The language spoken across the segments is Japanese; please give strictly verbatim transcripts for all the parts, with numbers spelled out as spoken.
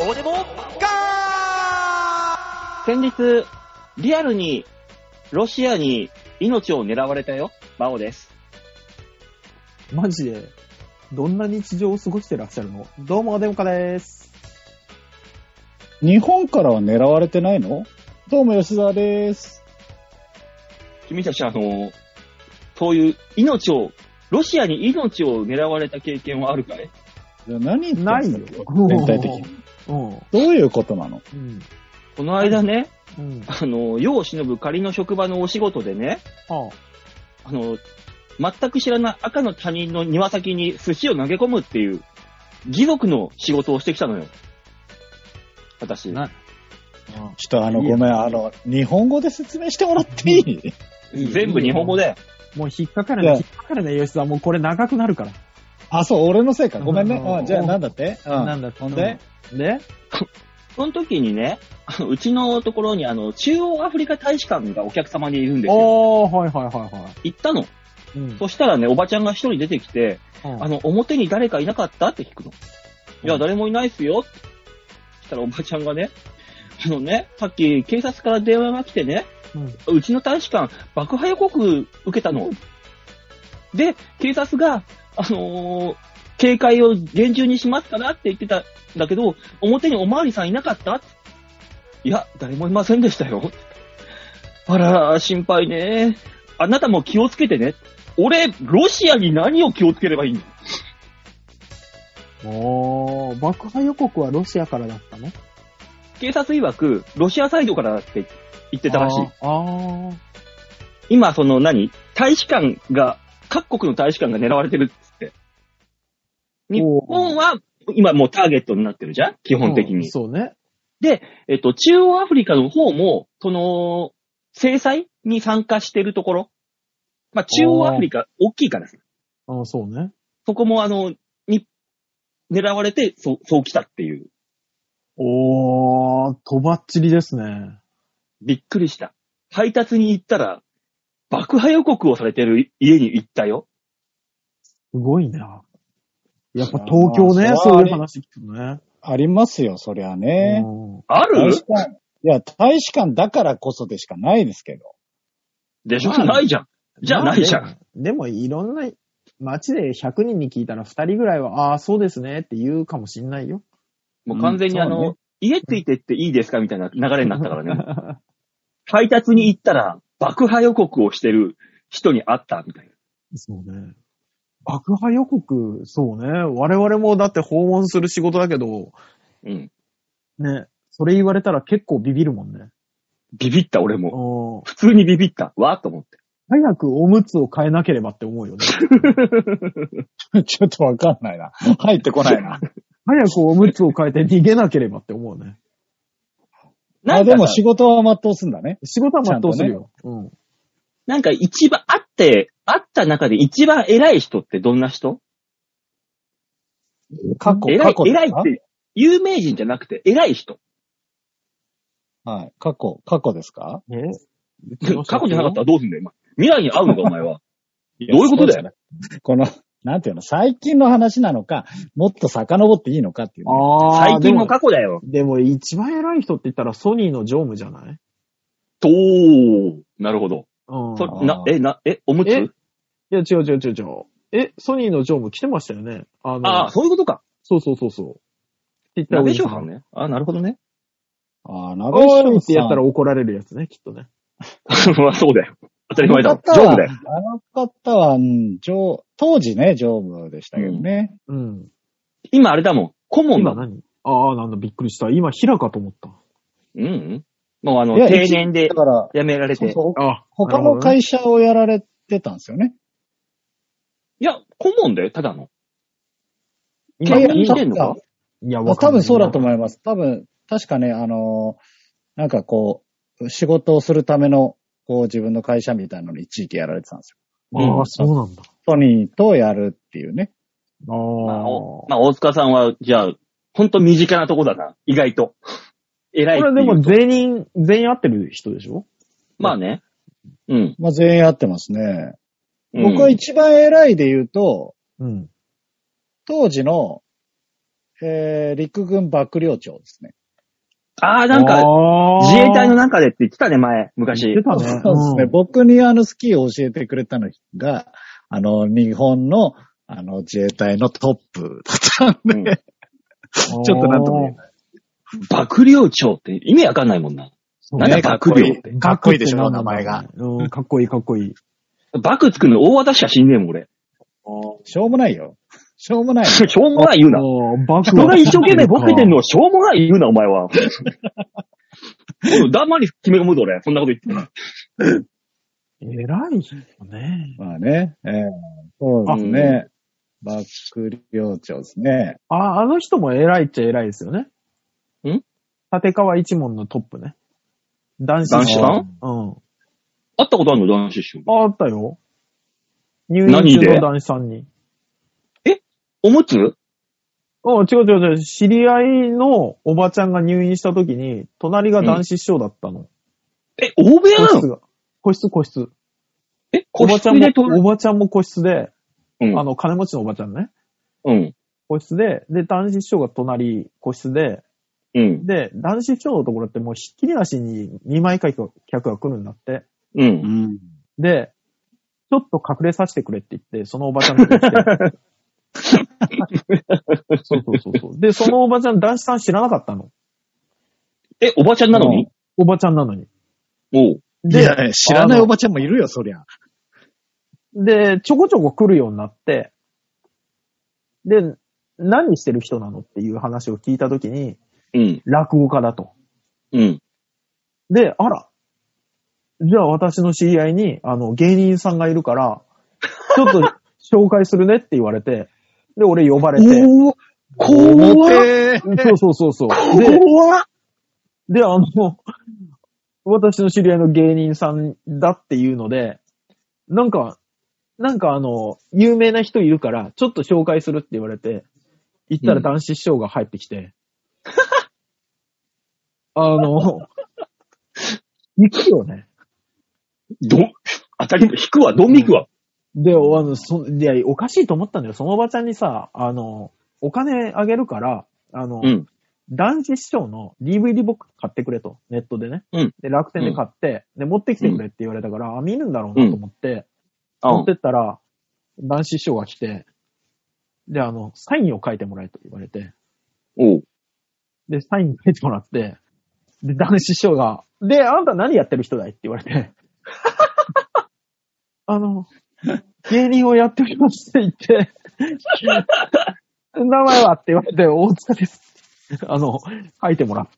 どうでもガー。 先日、リアルにロシアに命を狙われたよ、バオです。 マジで、どんな日常を過ごしてらっしゃるの？どうも、デモカです。 日本からは狙われてないの？どうも、吉沢です。 君たちあの、そういう命を、ロシアに命を狙われた経験はあるかい？ 何言ってんの？ ないよ。 全体的に。 うん。 どういうことなの？ うん。 この間ね、 うん。 あの、世を忍ぶ仮の職場のお仕事でね、 はあの、全く知らない赤の他人の庭先に寿司を投げ込むっていう、義賊の仕事をしてきたのよ。私。 なちょっとあの、ごめん、あの、日本語で説明してもらっていい？ 全部日本語で。 もう引っかかるね、引っかかるね、吉沢。もうこれ長くなるから。 あ、そう、俺のせいか。ごめんね。 うんあじゃあ、なんだって？うん。 なんだってほんで？ でその時にね、あのうちのところにあの、中央アフリカ大使館がお客様にいるんですよ。 おー、はいはいはいは行ったの。 い。うん。 そしたらね、おばちゃんが一人出てきて、 うんあの、表に誰かいなかったって聞くの。いや、 うん誰もいないっすよ。そしたらおばちゃんがね、あのね、さっき警察から電話が来てね、 うん。 うちの大使館爆破予告受けたの。で、警察が、あのー警戒を厳重にしますからって言ってたんだけど、表におまわりさんいなかった？いや、誰もいませんでしたよ。あら、心配ね。あなたも気をつけてね。俺、ロシアに何を気をつければいいの？ おー、爆破予告はロシアからだったの？ 警察曰く、ロシアサイドからだって言ってたらしい。 あー。あ今、その何大使館が、各国の大使館が狙われてるっつって。日本は、今もうターゲットになってるじゃん基ー。うん本的に。 そうね。 で、えっと、中央アフリカの方も、その、制裁に参加してるところ。まあ、中央アフリカ、大きいからさ。 あー、そうね。 そこも、あの、に、狙われて、そう、そう来たっていう。 おー、とばっちりですね。 びっくりした。配達に行ったら、爆破予告をされてる家に行ったよ。 すごいな。やっぱ東京ね、 あーそういう話聞くね。 ありますよ、そりゃね。 うんある大使館、いや、大使館だからこそでしかないですけど。 でしょ、 まあないじゃん。じゃあないじゃん。 まあでも、でもいろんな、街でひゃくにんに聞いたらふたりぐらいは、ああ、そうですねって言うかもしんないよ。 もう完全にあの、 うんそうね家ついてっていいですかみたいな流れになったからね。配達に行ったら爆破予告をしてる人に会ったみたいな。 そうね。爆破予告、そうね。我々もだって訪問する仕事だけど、 うん。 ね、それ言われたら結構ビビるもんね。 ビビった俺も。 おー普通にビビった。わーっと思って。 早くおむつを変えなければって思うよね。 ちょっとわかんないな。入ってこないな。 早くおむつを変えて逃げなければって思うね。 あ、でもなんかさ仕事は全うすんだね。 仕事は全うするよ。うん。 なんか一番、会って、会った中で一番偉い人ってどんな人？ 過去、 偉い、 過去ですか？ 偉いって、有名人じゃなくて偉い人。 はい。過去、過去ですか？ え過去じゃなかったらどうすんだよ、今。未来に会うのか、お前は。 いどういうことだよ。 この、なんていうの、最近の話なのか、もっと遡っていいのかっていうね。 ああ、 最近の過去だよ。 でも、でも一番偉い人って言ったらソニーの常務じゃない？ とー。なるほど。 うん。 そな、え、な、え、おむつ？ えいや、違う違う違う違う。え、ソニーの常務来てましたよね。あの、 ああ、そういうことか。 そうそうそうそう。って言ったら鍋商販ね。ああ、なるほどね。 ああ、 お鍋ーい匠さん。 ってやったら怒られるやつね、きっとね。 まあそうだよ。当たり前だろ。 あの方は上手だよ。 あの方は、うん上当時ね、常務でしたけどね。 うん。 今あれだもん。顧問だ今もん。 何？ああ、なんだ、びっくりした。今、平かと思った。 うんうん。もうあの、 いや定年でだから、 辞められて。 そうそうあ、 他の会社をやられてたんですよね。 いや、顧問だよ、ただの。 今、 経営してんのか？ いや、 まあ多分そうだと思思います。多分、確かね、あのーなんかこう、仕事をするための、こう自分の会社みたいなのに一時期やられてたんですよ。 う。ああ、そうなんだ。 ソニーとやるっていうね。 あまあ、おあ。 まあ、大塚さんは、じゃあ、ほんと身近なとこだな。意外と。偉いってこれでもいうと。 全員、全員合ってる人でしょ？ まあね。うん。 まあ全員やってますね。 うん僕は一番偉いで言うと、 うん。 当時のえー、陸軍幕僚長ですね。 ああ、なんか、自衛隊の中でって言ってたね、前、昔。 言ってたね。 そうですね。 うん僕にあのスキーを教えてくれたのが、あの、日本の、あの、自衛隊のトップだったんで、うん、ちょっとなんとも言えない。 幕僚長って意味わかんないもんな。なんだ幕僚って。 かっこいいでしょ、名前が。 うん、かっこいいかっこいい。 幕つくの大和田しか死んねえもん、俺。 しょうもないよ。しょうもない。 しょうもない言うな。人が一生懸命ボケてんのをしょうもない言うな、お前は。だんまり決め込むぞ、俺。そんなこと言って。 偉いよね。 まあね。えー、そうですね。幕僚長ですね。 あ、あの人も偉いっちゃ偉いですよね。 ん立川一門のトップね。男子男子さんうん。 会ったことあるの男子師匠。 あ、あったよ。入院中の男子さんに。 えおむつあ、違う違う違う。知り合いのおばちゃんが入院した時に、隣が男子師匠だったの。うん、 え、大部屋なの個室個室。 え、 おばちゃんも、おばちゃんも個室で、 うん、 あの、金持ちのおばちゃんね。 うん。 個室で、で、男子師匠が隣、個室で、 うん。 で、男子師匠のところってもうひっきりなしににまい客が来るんだって。 うん。 で、ちょっと隠れさせてくれって言って、そのおばちゃんのとこ来て。そうそうそうそう。で、そのおばちゃん、男子さん知らなかったの。 え、おばちゃんなのに？ おばちゃんなのに。 おう。 で、いや、知らないおばちゃんもいるよ、そりゃ。 で、ちょこちょこ来るようになって、で、何してる人なのっていう話を聞いたときに、 うん。 落語家だと。 うん。 で、あら。じゃあ私の知り合いに、あの、芸人さんがいるから、ちょっと紹介するねって言われて、で、俺呼ばれて。 おー、怖っ。 そうそうそうそう。 怖っ。 で、あの、私の知り合いの芸人さんだっていうので、なんか、なんかあの、有名な人いるから、ちょっと紹介するって言われて、行ったら男子師匠が入ってきて、うん、あの、行くよね。 ど、当たり前、引くわ、ドン引くわ。 で、あの、そ、いや、おかしいと思ったんだよ。そのおばちゃんにさ、あの、お金あげるから、あの、うん、男子師匠の ディーブイディー ボックス買ってくれと、ネットでね。 うん、 で、楽天で買って、うん、で、持ってきてくれって言われたから、うん、あ、見るんだろうなと思って、うん、持ってったら、男子師匠が来て、で、あの、サインを書いてもらえと言われて、 おうで、サイン書いてもらって、で、男子師匠が、で、あんた何やってる人だいって言われて、あの、芸人をやっておりますって言って、名前はって言われて、大塚です。あの、書いてもらって、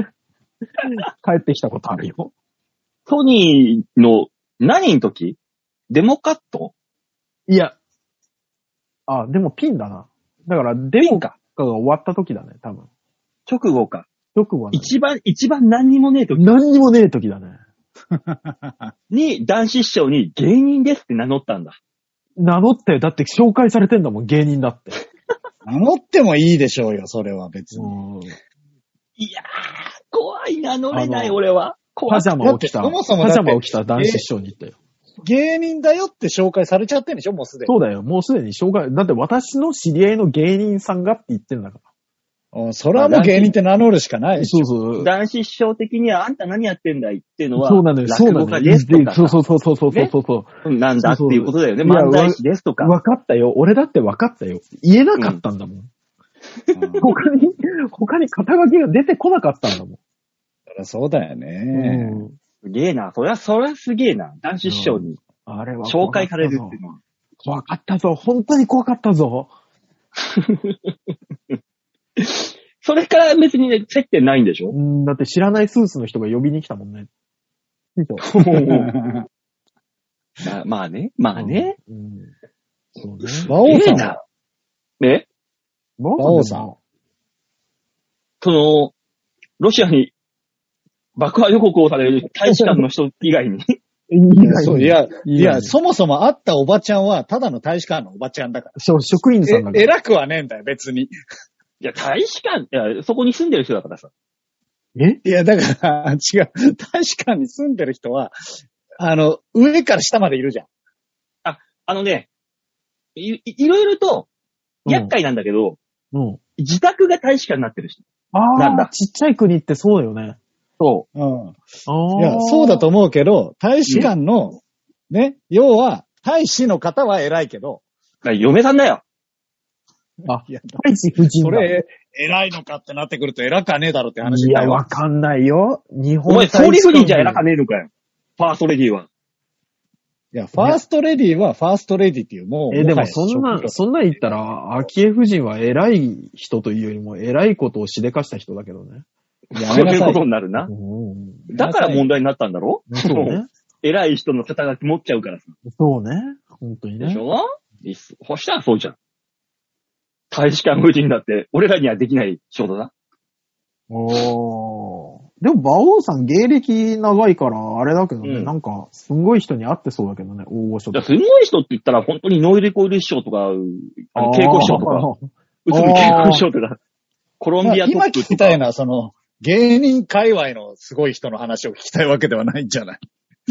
帰ってきたことあるよ。 ソニーの何の時？デモカット？ いや。あ、でもピンだな。だから、デモカが終わった時だね、多分。 直後か。 直後はね。 一番、一番何にもねえ時。 何にもねえ時だね。 に、男子師匠に芸人ですって名乗ったんだ。 名乗って、だって紹介されてんだもん、芸人だって。 名乗ってもいいでしょうよ、それは別に。 いやー、怖い、名乗れない、俺は。 パジャマを着た。 そもそもパジャマを着た男子師匠に言ったよ。 芸人だよって紹介されちゃってんでしょ、もうすでに。 そうだよ、もうすでに紹介、だって私の知り合いの芸人さんがって言ってんだから。 それはもう芸人って名乗るしかないでしょ。 そうそう。 男子師匠的にはあんた何やってんだいっていうのは、 そうなのよ、そうなのよ。そうそうそうそうそうそうそう、 ね。なんだっていうことだよね。漫才師ですとか。 分かったよ。俺だって分かったよ。言えなかったんだもん。うん、他に、他に肩書きが出てこなかったんだもん。 そりゃそうだよね。 うん、すげえな。そりゃ、そりゃすげえな。男子師匠に。あれは。紹介されるっていうのは。 怖かったぞ。本当に怖かったぞ。 それから別にね、接点ないんでしょ？ うん、だって知らないスーツの人が呼びに来たもんね。 ま, まあね、まあね。 うんうん、そうね。 馬王さんはえ馬王さんその、ロシアに爆破予告をされる大使館の人以外にいや、 そういや、いや、そもそも会ったおばちゃんは、ただの大使館のおばちゃんだから。 そう、職員さんだから。 偉くはねえんだよ、別に。 いや、大使館、いや、そこに住んでる人だからさ。 えいや、だから、違う。大使館に住んでる人は、あの、上から下までいるじゃん。 あ、あのね、い、いろいろと、厄介なんだけど、 うん。 自宅が大使館になってる人。 あなんだあ、ちっちゃい国ってそうだよね。 そうん。 ああ。 いや、そうだと思うけど、大使館の、ね、要は、大使の方は偉いけど、 う。嫁さんだよ。 あ、 いや、 大使夫人だ。 それ、偉いのかってなってくると偉くはねえだろって話いや、 だよ。 わかんないよ。日本お前、総理夫人じゃ偉かね。 ねえのかよ。ファーストレディーは。 いや、ファーストレディーはファーストレディーっていう、もう、 え、でもはやそんな、 職業そんなん言ったら、昭恵夫人は偉い人というよりも偉いことをしでかした人だけどね。 やめなさいそういうことになるな。 うん。 だから問題になったんだろそうね。 偉い人の肩書き持っちゃうからさ。 そうね。本当にね。 でしょいっそそしたらそうじゃん。大使館夫人だって、俺らにはできない仕事だ。 おー。でも、馬王さん芸歴長いから、あれだけどね、 うんなんか、すんごい人に会ってそうだけどね、大御所じゃとあすごい人って言ったら、本当にノイレコイル師匠とか、あの、稽古師匠とか、内海稽古師匠とか、コロンビアト今聞ップとか。 きたいのは、その、芸人界隈のすごい人の話を聞きたいわけではないんじゃない？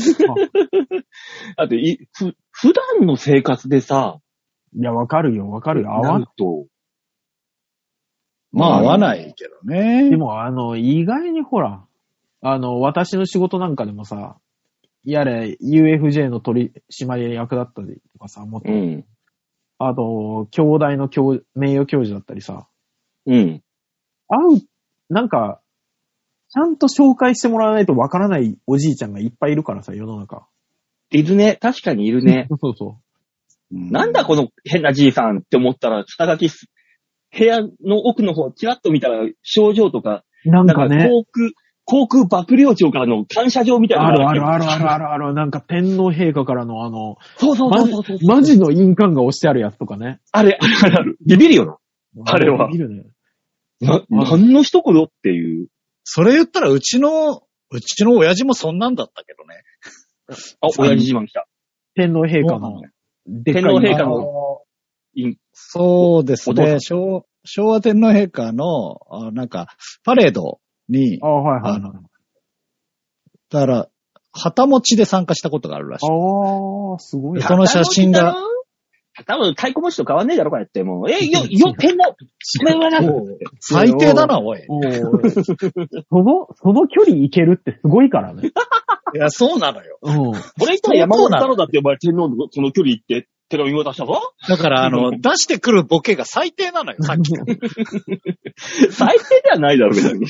だってい、ふ、普段の生活でさ、 いや、わかるよ、わかるよ。合なわると、 まあ、合わないけどね。 でも、あの、意外にほら、あの、私の仕事なんかでもさ、やれ、ユーエフジェー の取締役だったりとかさ、もっと、 うん。 あと、京大の教名誉教授だったりさ、 うん。 会う、なんか、ちゃんと紹介してもらわないとわからないおじいちゃんがいっぱいいるからさ、世の中。 いるね。確かにいるね。 そうそなんだこの変なじいさんって思ったら、下書きす、部屋の奥の方、チラッと見たら、症状とか、 う。なんなんかかね、 航空、航空幕僚長からの感謝状みたいなあのがるあるあるあるあるある、なんか天皇陛下からのあの、 そうそうマジそうそうそう。 マジの印鑑が押してあるやつとかね。 あれ、あれあるある。ビビるよあれはビビるね。 な。な、何の一言っていう。 それ言ったら、うちの、うちの親父もそんなんだったけどね。 あ、親父自慢来た。 天皇陛下の、でっかい天皇陛下のあのインそうですお父さんね。昭昭和天皇陛下の、あなんか、パレードにあ、はいはいはい。 あのだから、旗持ちで参加したことがあるらしい。 ああ、すごい。 その写真が。 多分、太鼓持ちと変わんねえだろ、こうやって。もう、え、よ、よ、天皇それはな。 最低だな、おい。 おーその、その距離行けるってすごいからね。 いや、そうなのよ。 うん。 俺言ったら山本太郎だってお前天皇のその距離行って手紙渡したぞ。 だから、あの、出してくるボケが最低なのよ、さっきから。 最低ではないだろうけど。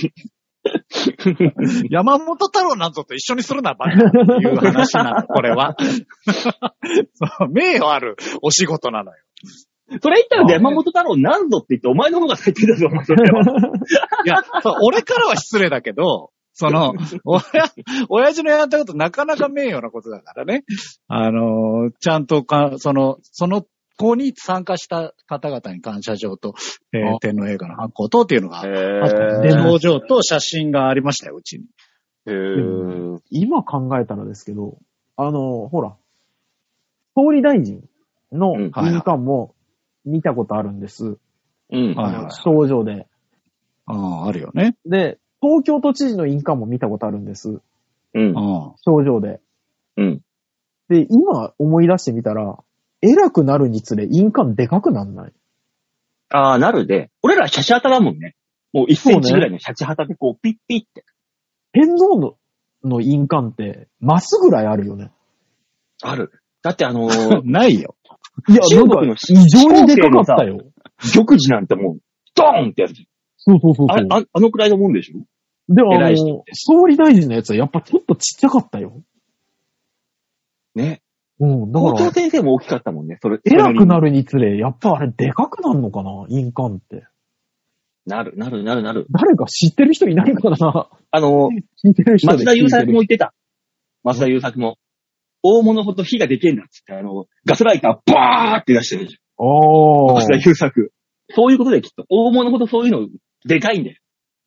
山本太郎なんぞと一緒にするな、バカっていう話なの、これは。そう名誉あるお仕事なのよ。 それ言ったら山本太郎なんぞって言ってお前の方が最低だぞ、お前それは。 いや、そう俺からは失礼だけど、その、親、親父のやったことなかなか名誉なことだからね。あの、ちゃんとか、その、その子に参加した方々に感謝状と、えー天皇陛下の発行とっていうのが、 へで、農場と写真がありましたよ、うちに。 へー。 今考えたらですけど、あの、ほら、総理大臣のうん印鑑も見たことあるんです。 うん。 はいはい症状で。 ああ、あるよね。 で、東京都知事の印鑑も見たことあるんです。 うん。 あ症状で。 うん。 で、今思い出してみたら、偉くなるにつれ印鑑でかくなんない？ ああ、なるで。俺らシャチハタだもんね。もういっセンチぐらいのシャチハタでこう、ピッピッって。 天皇のの印鑑って、マスぐらいあるよね。 ある。だってあのあー、 ないよ。 いや、なんか中国の、 異常にでかかったよ。 玉璽なんてもう、ドーンってやつ。 そうそうそうそう。 あれ、ああのくらいのもんでしょで、あ偉い人っの、総理大臣のやつはやっぱちょっとちっちゃかったよ。 ね。 うん、だ校長から、 先生も大きかったもんね。それ、 偉くなる。 るにつれ、やっぱあれでかくなるのかな、印鑑って。 なる、なる、なる、なる。 誰か知ってる人いないかな。 あのー、 聞いてる人で松田優作も聞いてる言ってた。松田優作も。大物ほど火がでけんだっつって、あの、ガスライターバーって出してるでしょ。 おー。 松田優作。そういうことできっと。大物ほどそういうの、でかいんだよ。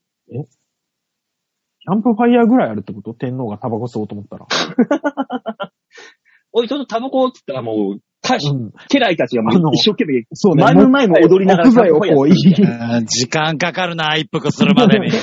キャンプファイヤーぐらいあるってこと？天皇がタバコ吸おうと思ったら。 おい、ちょっとタバコっつったらもう、かし、 うん。 家来たちがもあのう一生懸命、 そうね。 前も前も踊りながら木材をこう、いい。 うん時間かかるな、一服するまでに。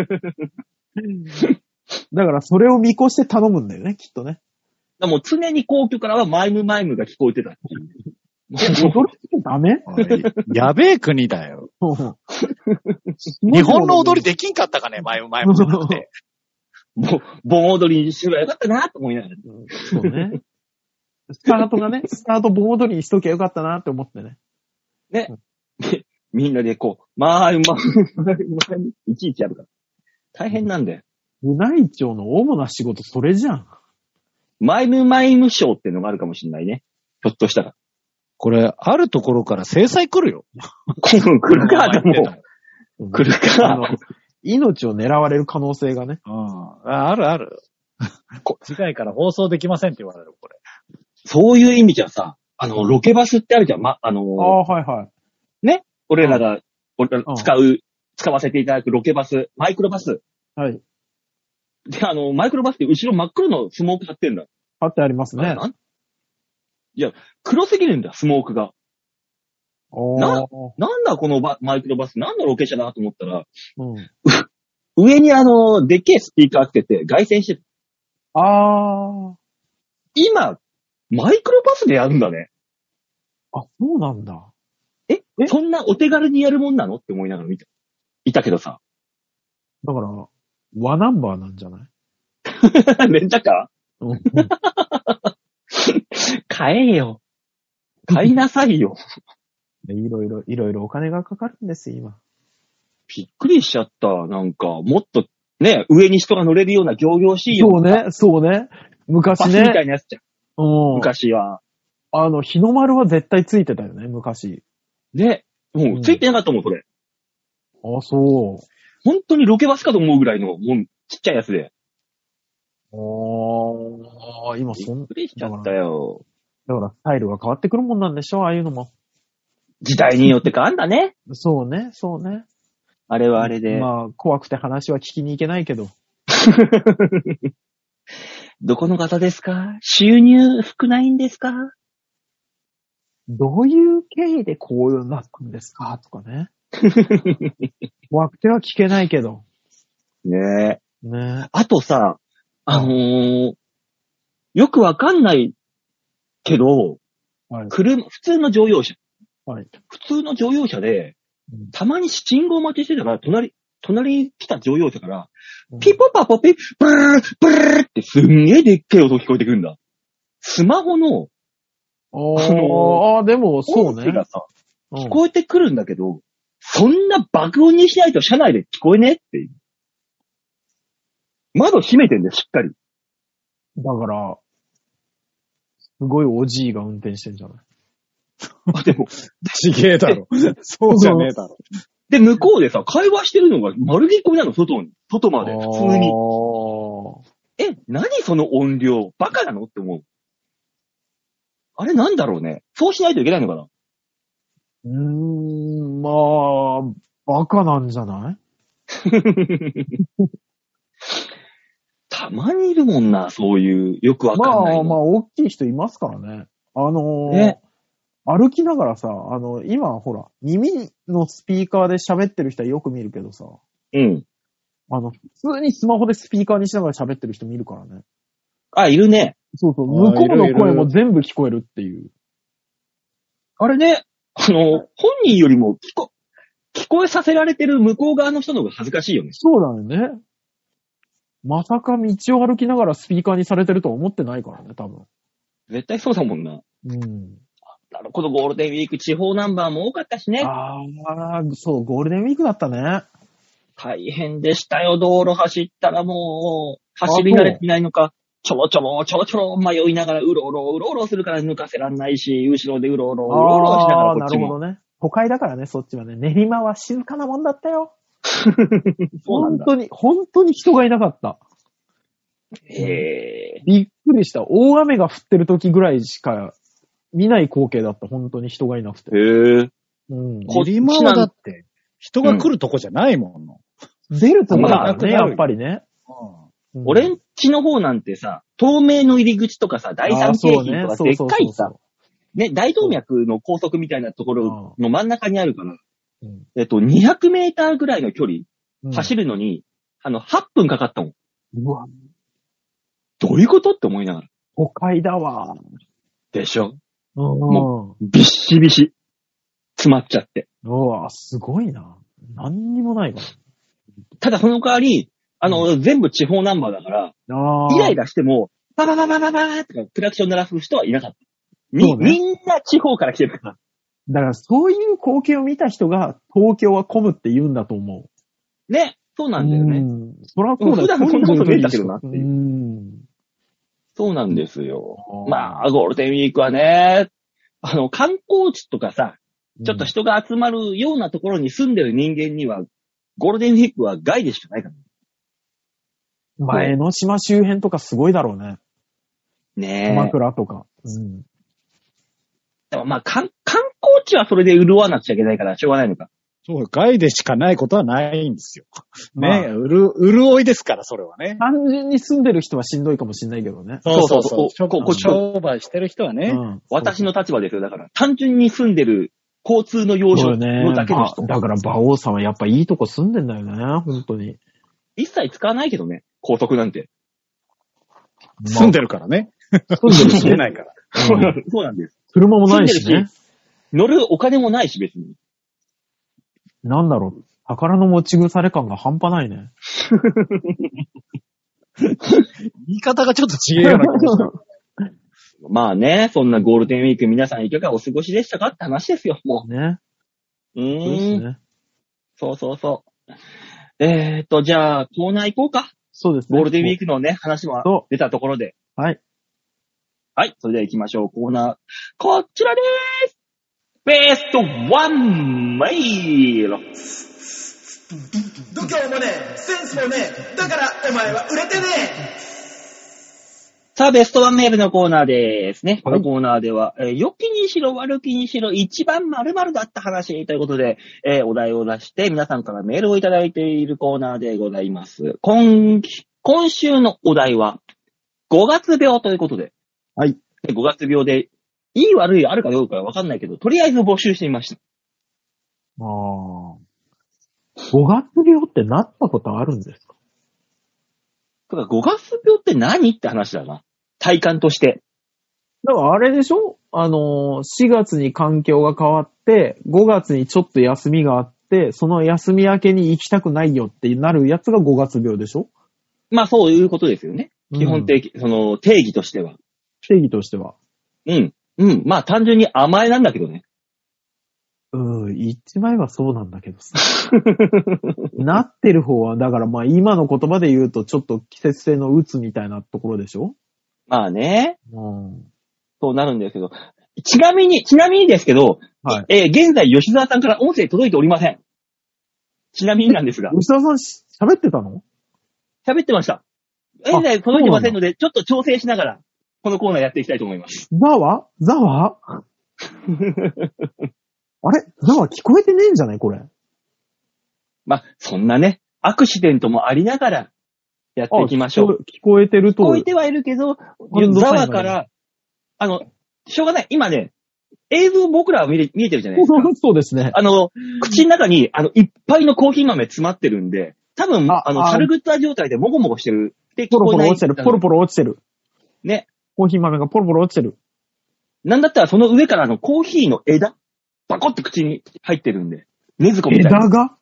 だからそれを見越して頼むんだよね、きっとね。 だからもう常に皇居からはマイムマイムが聞こえてたっていう。 え、踊りってダメ？ おいやべえ国だよ。 日本の踊りできんかったかね、前も前もじゃなくて。 もう、盆踊りにすればよかったなと思いながら。 そうね。スタートがね、スタート盆踊りにしときゃよかったなって思ってね。 ね。で、みんなでこう、まあ、うまい、うまい、うまい、いちいちやるから。大変なんだよ。 部内長の主な仕事、それじゃん。 マイムマイムショーっていうのがあるかもしれないね。ひょっとしたら。 これ、あるところから制裁来るよ。 来るか、でも。来るあのか。 命を狙われる可能性がね。 うん。ああるある。次回から放送できませんって言われる、これ。 そういう意味じゃさ、あの、ロケバスってあるじゃん。ま、あのー、 ああ、はいはい。 ね。俺らが、俺ら使う、使わせていただくロケバス、マイクロバス。 はい。 で、あの、マイクロバスって後ろ真っ黒のスモーク貼ってんだ。 貼ってありますね。 なんいや、黒すぎるんだ、スモークが。 おなー。 なんだこのバマイクロバス、何のロケ車だなと思ったら、 うん。 上にあの、でっけえスピーカーつけて、外線してる。 あ今、マイクロバスでやるんだね。 ー。あ、そうなんだ。 ええそんなお手軽にやるもんなのって思いながら見た。いたけどさ。 だから、ワナンバーなんじゃないレンタカうん。 ー買えよ。買いなさいよ。 いろいろ、いろいろお金がかかるんですよ、今。 びっくりしちゃった。なんか、もっと、ね、上に人が乗れるような行々しいよそうね、そうね。昔バスみたね。 いなやつじゃん。 うん。 昔は。 あの、日の丸は絶対ついてたよね、昔。 ね、もうついてなかったもん、これ。 あ、そう。 本当にロケバスかと思うぐらいの、もう、ちっちゃいやつで。 ああ、今びそんっくりしちゃったよ。 だから、スタイルが変わってくるもんなんでしょ、ああいうのも。 時代によって変わんだね。 そうね、そうね。 あれはあれで。 まあ、怖くて話は聞きに行けないけど。 どこの方ですか？収入少ないんですか？ どういう経緯でこうなったんですかとかね。怖くては聞けないけど。 ねえ。 ね。 あとさ、あのー、よくわかんないけど、 はい。 車、普通の乗用車。 はい。 普通の乗用車でうん、 たまに信号待ちしてたから、隣、隣に来た乗用車から、 うんピポパポピ、ブー、ブーってすんげえでっけえ音聞こえてくるんだ。スマホの、 ああのーあー、でも、そうね音が。さ、 うん聞こえてくるんだけど、そんな爆音にしないと車内で聞こえねえっていう。窓閉めてんだよ、しっかり。 だから、すごいおじいが運転してんじゃないあ、でも、 ちげえだろ。そうじゃねえだろ。 で、向こうでさ、会話してるのが丸聞こえなの、外に。外まで、普通に。え、何その音量バカなのって思う。あれなんだろうね。そうしないといけないのかな。 うーん、まあ、バカなんじゃないたまにいるもんな、そういう、よくわまあ、 かんないの。 まあ、大きい人いますからね。あのーね歩きながらさ、あの、今ほら、耳のスピーカーで喋ってる人はよく見るけどさ、 うん。 あの、普通にスマホでスピーカーにしながら喋ってる人見るからね。 あ、いるね。 そうそう、 あー向こうのいるいる声も全部聞こえるっていう。 あれね、あの、本人よりも聞こ、聞こえさせられてる向こう側の人の方が恥ずかしいよね。 そうだよね。まさか道を歩きながらスピーカーにされてるとは思ってないからね、多分。 絶対そうだもんな。 うん。 なるほど、ゴールデンウィーク地方ナンバーも多かったしね。 ああ、そう、ゴールデンウィークだったね。 大変でしたよ、道路走ったらもう、走り慣れていないのか、ちょろちょろ、ちょろちょろ迷いながらうろうろ、うろうろするから抜かせらんないし、後ろでうろうろ、うろうろしながらああ、なこっちも。 るほどね。都会だからね、そっちはね。練馬は静かなもんだったよ。 そうなんだ。 本当に、本当に人がいなかった。 へえ。 びっくりした。大雨が降ってる時ぐらいしか見ない光景だった。本当に人がいなくて。 へえ。 うん。 こ練馬はだって、人が来るとこじゃないもんの。 出るとこだからね、 まあやっぱりね。うん俺んちの方なんてさ、東名の入り口とかさ、第三京浜とかでっかいさ、ね、大動脈の高速みたいなところの真ん中にあるから、 うんえっと、にひゃくメーターぐらいの距離、 うん走るのに、あの、はっぷんかかったもん。 うわ、 どういうことって思いながら。 都会だわ。 でしょうん。 もびっしびし。詰まっちゃって。 うわ、すごいな。何にもないわ。 ただその代わり、あの、うん、全部地方ナンバーだから、イライラしても、ババババババーとかクラクション鳴らす人はいなかった。み、ね、みんな地方から来てるから。 だからそういう光景を見た人が東京は混むって言うんだと思う。ね。そうなんだよね。 うん。そらそうだよ。 普段そんなこと見えたけどなっていう。 うん。 そうなんですよ。まあ、ゴールデンウィークはね、あの、観光地とかさ、ちょっと人が集まるようなところに住んでる人間には、ゴールデンウィークは害でしかないからね。 まあ、江ノ島周辺とかすごいだろうね。 ねえ。 鎌倉とか。うん。 でもまあ、観光地はそれで潤わなくちゃいけないから、しょうがないのか。 そう、害でしかないことはないんですよ。ね、まあ、うる、潤いですから、それはね。 単純に住んでる人はしんどいかもしんないけどね。 そうそうそう。そうここ商売してる人はね、うん。 私の立場ですよ。だから、単純に住んでる交通の要所のだけの人。 ね、だから、馬王さんはやっぱいいとこ住んでんだよね、本当に。 一切使わないけどね、高速なんて。 まあ、住んでるからね。 住んでるし、 ね。ないから。 そうなんです。 車もないしね。 乗るお金もないし、別に。 なんだろう。宝の持ち腐れ感が半端ないね。 言い方がちょっと違うような気がした。 まあね、そんなゴールデンウィーク皆さんいかがお過ごしでしたかって話ですよ、もう。 ね。 うーん。 そうですね。 そうそうそう。えーっと、じゃあ、コーナー行こうか。 そうですね。 ゴールデンウィークのね、話も出たところで。 はい。 はい、それでは行きましょう。コーナー、こちらでーす。ベストワンメール。 度胸もねえ、センスもねえ、だからお前は売れてねえ。 さあ、ベストワンメールのコーナーですね。このコーナーでは、えー、良きにしろ悪きにしろ一番〇〇だった話ということで、えー、お題を出して皆さんからメールをいただいているコーナーでございます。今、今週のお題は、ごがつ病ということで。 はい。 ごがつ病で、いい悪いあるかどうかはわかんないけど、とりあえず募集してみました。 ああ。ごがつ病ってなったことあるんですか？ ただごがつ病って何って話だな。体感として。 だからあれでしょ？あの、しがつに環境が変わって、ごがつにちょっと休みがあって、その休み明けに行きたくないよってなるやつがごがつ病でしょ？ まあそういうことですよね。基本的、うん、その定義としては。 定義としては。 うん。うん。まあ単純に甘えなんだけどね。 うん、言っちまえばそうなんだけどさ。なってる方は、だからまあ今の言葉で言うとちょっと季節性のうつみたいなところでしょ？ まあね。 うん。 そうなるんですけど。ちなみに、ちなみにですけど、はい、えー、現在吉沢さんから音声届いておりません。ちなみになんですが。 吉沢さん喋ってたの？ 喋ってました。現在届いてませんので、ちょっと調整しながら、このコーナーやっていきたいと思います。 ザワ？ザワ？あれ？ザワ聞こえてねえんじゃないこれ。 まあ、そんなね、アクシデントもありながら、やっていきましょう。 聞こえてると。 聞こえてはいるけど、ザワから、あの、しょうがない。今ね、映像僕らは見れ、見えてるじゃないですか。 そうですね。 あの、口の中に、あの、いっぱいのコーヒー豆詰まってるんで、多分、あ, あの、シャルグッター状態でもごもごしてるって聞こえない。 ポロポロ落ちてる、ポロポロ落ちてる。 ね。 コーヒー豆がポロポロ落ちてる。 なんだったらその上からあの、コーヒーの枝バコって口に入ってるんで、ねずこみたいな。 枝が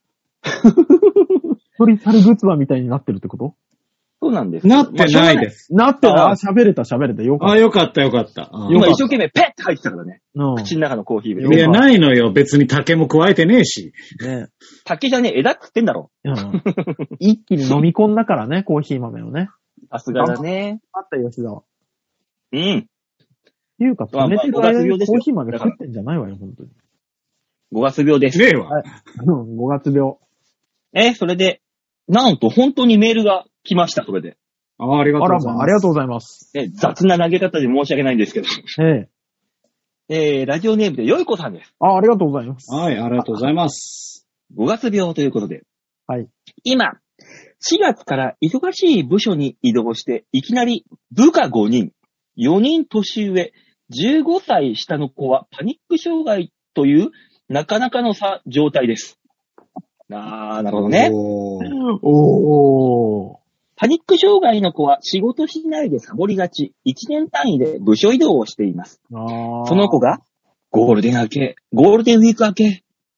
鳥シャルグッツバみたいになってるってこと？ そうなんです。 なってないです。 なってない。あ、喋れた喋れた。よかった。 あ、よかったよかった。 今一生懸命ペッて入ってたからね。 うん、 口の中のコーヒーいや、ないのよ。別に竹も加えてねえし。 ね竹じゃねえ、枝食ってんだろ。 うん、一気に飲み込んだからね、コーヒー豆をね。 さすがだね。 あった吉沢。 うん。 っていうか、止めてる間にコーヒー豆食ってんじゃないわよ、本当に。 ごがつ病です。 ねえわ。 はい。ごがつ病。 え、それで、なんと本当にメールが来ました、それで。 ああ、ありがとうございます。 あらまあ、ありがとうございます。 え、雑な投げ方で申し訳ないんですけど。 ええ。えー、ラジオネームでよいこさんです。 あ、ありがとうございます。 はい、ありがとうございます。 ごがつ病ということで。 はい。 今、しがつから忙しい部署に移動して、いきなり部下ごにん、よにん年上、じゅうごさい下の子はパニック障害というなかなかのさ状態です。あー、なるほどね。 おー。おー。 パニック障害の子は仕事しないでサボりがち、いちねん単位で部署移動をしています。 あー。 その子がゴールデン明け、ゴールデンウィーク明け、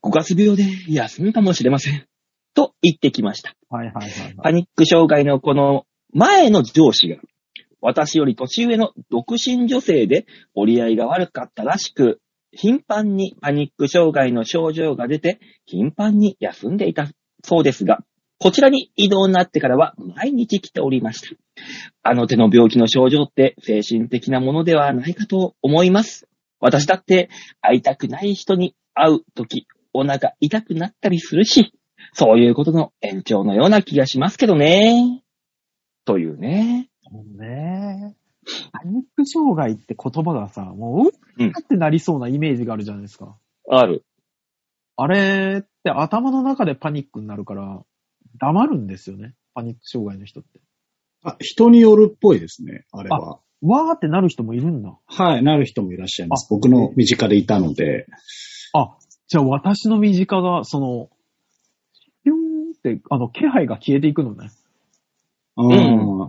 ごがつ病で休むかもしれません。と言ってきました。 はいはいはい、はい。 パニック障害のこの前の上司が、私より年上の独身女性で折り合いが悪かったらしく、頻繁にパニック障害の症状が出て、頻繁に休んでいたそうですが、こちらに異動になってからは毎日来ておりました。あの手の病気の症状って精神的なものではないかと思います。私だって会いたくない人に会うとき、お腹痛くなったりするし、そういうことの延長のような気がしますけどね。というね。 そうね。パニック障害って言葉がさ、もう、うってなりそうなイメージがあるじゃないですか。 ある。 あれって頭の中でパニックになるから、黙るんですよね。パニック障害の人って。 あ、人によるっぽいですね、あれは。 わーってなる人もいるんだ。 はい、なる人もいらっしゃいます。僕の身近でいたので。 あ、じゃあ私の身近が、その、ピューンって、あの、気配が消えていくのね。 うん。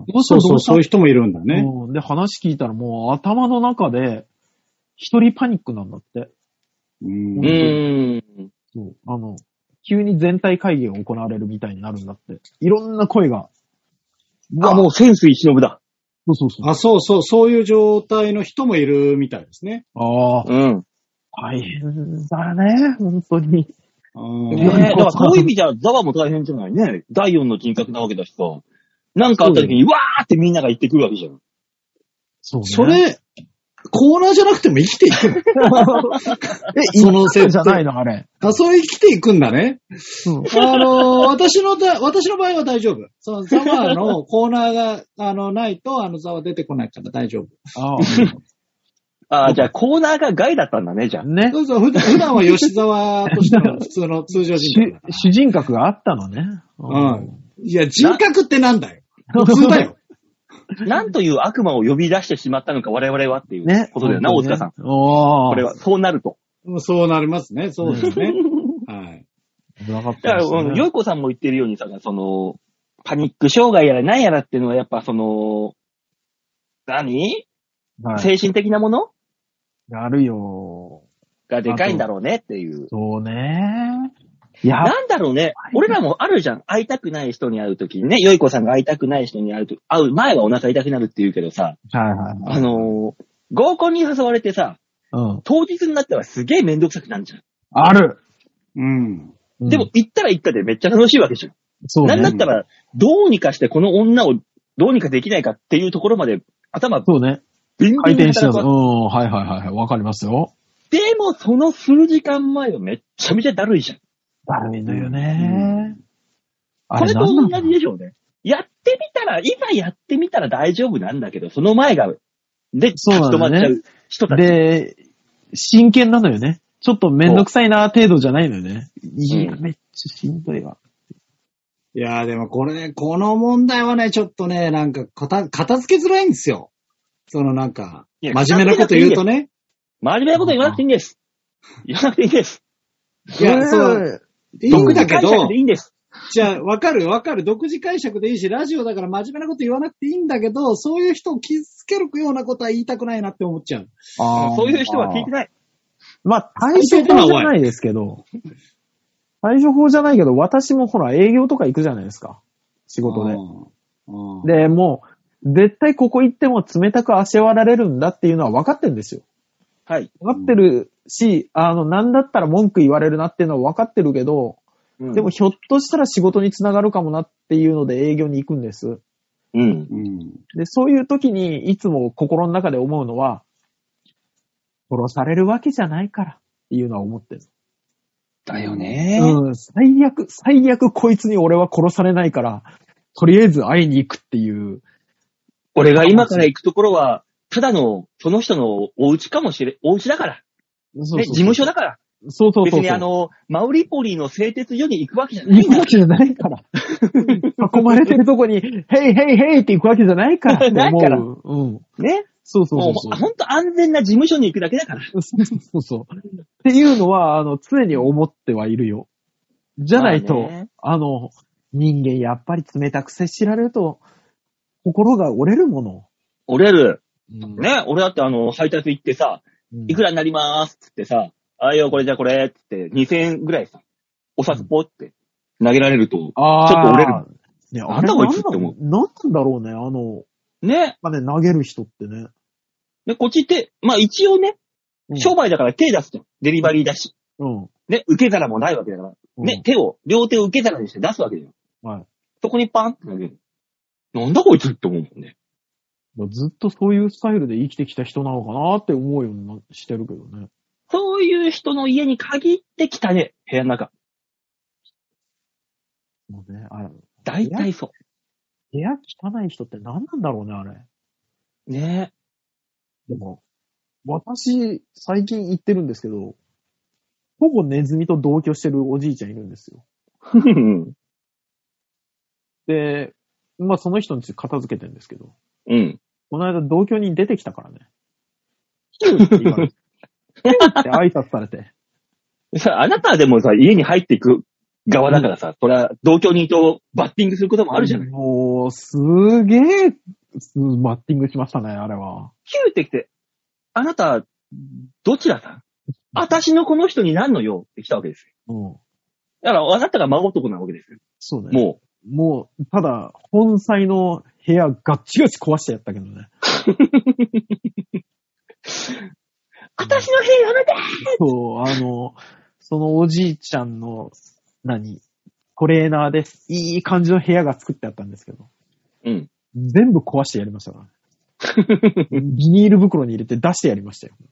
そうそう、そういう人もいるんだね。 うん。で、話聞いたらもう頭の中で、一人パニックなんだって。 うーん。 そう。あの、急に全体会議が行われるみたいになるんだって。いろんな声が。 あ、もう潜水忍だ。 そうそうそう。 あ、そうそう、そういう状態の人もいるみたいですね。 ああ。 うん。 大変だね、本当に。 うん。ねえ、だからそういう意味じゃ、ザワも大変じゃないね。だいよんの人格なわけだしさ。なんかあった時に、わーってみんなが言ってくるわけじゃん。 そうね。 それ、コーナーじゃなくても生きていくのえ、そのせいじゃないのあれ。 あ、そう生きていくんだね。 うん、 あの、私のだ、私の場合は大丈夫。そのザワのコーナーが、あの、ないと、あの、ザワ出てこないから大丈夫。 あああ、じゃあコーナーが害だったんだね、じゃあ。 ね。 そうそう、普段普段は吉沢としての普通の通常人格。 主人格があったのね。 うん。いや、人格ってなんだよ。普通だよ。 なんという悪魔を呼び出してしまったのか、我々はっていうことだよな、 ね、 大塚さん。 おこれは、そうなると。 そうなりますね、そうですね。はい。 だから、よいこさんも言ってるようにさ、その、パニック障害やら何やらっていうのはやっぱその、何、はい、精神的なものあるよ。 がでかいんだろうねっていう。 そうね。 いや、なんだろうね。俺らもあるじゃん。会いたくない人に会うときにね、よいこさんが会いたくない人に会うと、会う前はお腹痛くなるって言うけどさ、 はいはいはい、 あのー、合コンに誘われてさ、うん、当日になったらすげえめんどくさくなるじゃん。 ある。 うん。 でも行ったら行ったでめっちゃ楽しいわけじゃん。 そうね。 なんだったら、どうにかしてこの女をどうにかできないかっていうところまで頭、 そうね。 ビンビン回転してます。うん、はいはいはい。わかりますよ。 でも、その数時間前はめっちゃめちゃだるいじゃん。 だるいのよね、 うん。これと同じでしょうね。やってみたら、いざやってみたら大丈夫なんだけど、その前が、で、立ち止まっちゃう人たち。 で、真剣なのよね。ちょっとめんどくさいな程度じゃないのよね。いや、めっちゃしんどいわ。 いやーでもこれね、この問題はね、ちょっとね、なんか片、片付けづらいんですよ。そのなんか、真面目なこと言うとね。 真面目なこと言わなくていいんです。言わなくていいんです。 いや、そう、いいんだけど、 独自解釈でいいんです。 じゃあ、わかるわかる。独自解釈でいいし、ラジオだから真面目なこと言わなくていいんだけど、そういう人を傷つけるようなことは言いたくないなって思っちゃう。 あそういう人は聞いてない。 まあ、対処法じゃないですけど、対処法じゃないけど、私もほら営業とか行くじゃないですか。仕事で。で、もう、絶対ここ行っても冷たくあしらわれるんだっていうのは分かってるんですよ。 はい。 分かってるし、あの、なんだったら文句言われるなっていうのは分かってるけど、うん、でもひょっとしたら仕事につながるかもなっていうので営業に行くんです。 うん。 で、そういう時にいつも心の中で思うのは、殺されるわけじゃないからっていうのは思ってる。 だよね。 うん。最悪、最悪こいつに俺は殺されないから、とりあえず会いに行くっていう。 俺が今から行くところは、ただの、その人のお家かもしれ、お家だから。 そうそうそう。 ね、事務所だから。 そうそうそうそう。 別にあの、マウリポリの製鉄所に行くわけじゃない。 行くわけじゃないから。囲まれてるとこに、ヘイヘイヘイって行くわけじゃないから。 ないから。 うん。 ね。 そうそうそうそう。 ほんと安全な事務所に行くだけだから。 そうそうそう。っていうのは、あの、常に思ってはいるよ。じゃないと、あ, あの、人間やっぱり冷たく接しられると、心が折れるもの。 折れる。うん、ね、俺だってあの、配達行ってさ、うん、いくらになりまーすってってさ、 ああよ、これじゃこれ、つって、にせんえんぐらいさ、お札ポって投げられると、ちょっと折れる。 ね、 あんたこいつって思う。 なんなんだろうね、あの、 ね。 まあね、投げる人ってね。 で、こっちって、まあ一応ね、 うん、 商売だから手出すじゃん。デリバリーだし。 うん。 ね、受け皿もないわけだから。うん、ね、手を、両手を受け皿にして出すわけだよ。 はい。 そこにパンって投げる。なんだこいつって思うもんね。 ずっとそういうスタイルで生きてきた人なのかなって思うようにしてるけどね。 そういう人の家に限ってきたね、部屋の中。 もうね、あれ。 大体そう。 部屋汚い人って何なんだろうね、あれ。 ねえ。でも、私、最近行ってるんですけど、ほぼネズミと同居してるおじいちゃんいるんですよ。で、まあその人に片付けてるんですけど、 うん。 この間同居に出てきたからね。ヒューって言われて。ヒューって挨拶されて。 さ、あなたはでもさ、家に入っていく側だからさ、うん、それは同居人とバッティングすることもあるじゃない。 もう、すげえ、バッティングしましたね、あれは。 ヒューって来て、あなた、どちらさん私のこの人に何の用って来たわけですよ。うん。だから、あなたが孫男なわけですよ。 そうね。 もう。もう、ただ、本妻の部屋ガッチガチ壊してやったけどね。 私の部屋やめてーそう、あの、そのおじいちゃんの、何トレーナーです。いい感じの部屋が作ってあったんですけど。 うん。 全部壊してやりましたから。ビニール袋に入れて出してやりましたよ。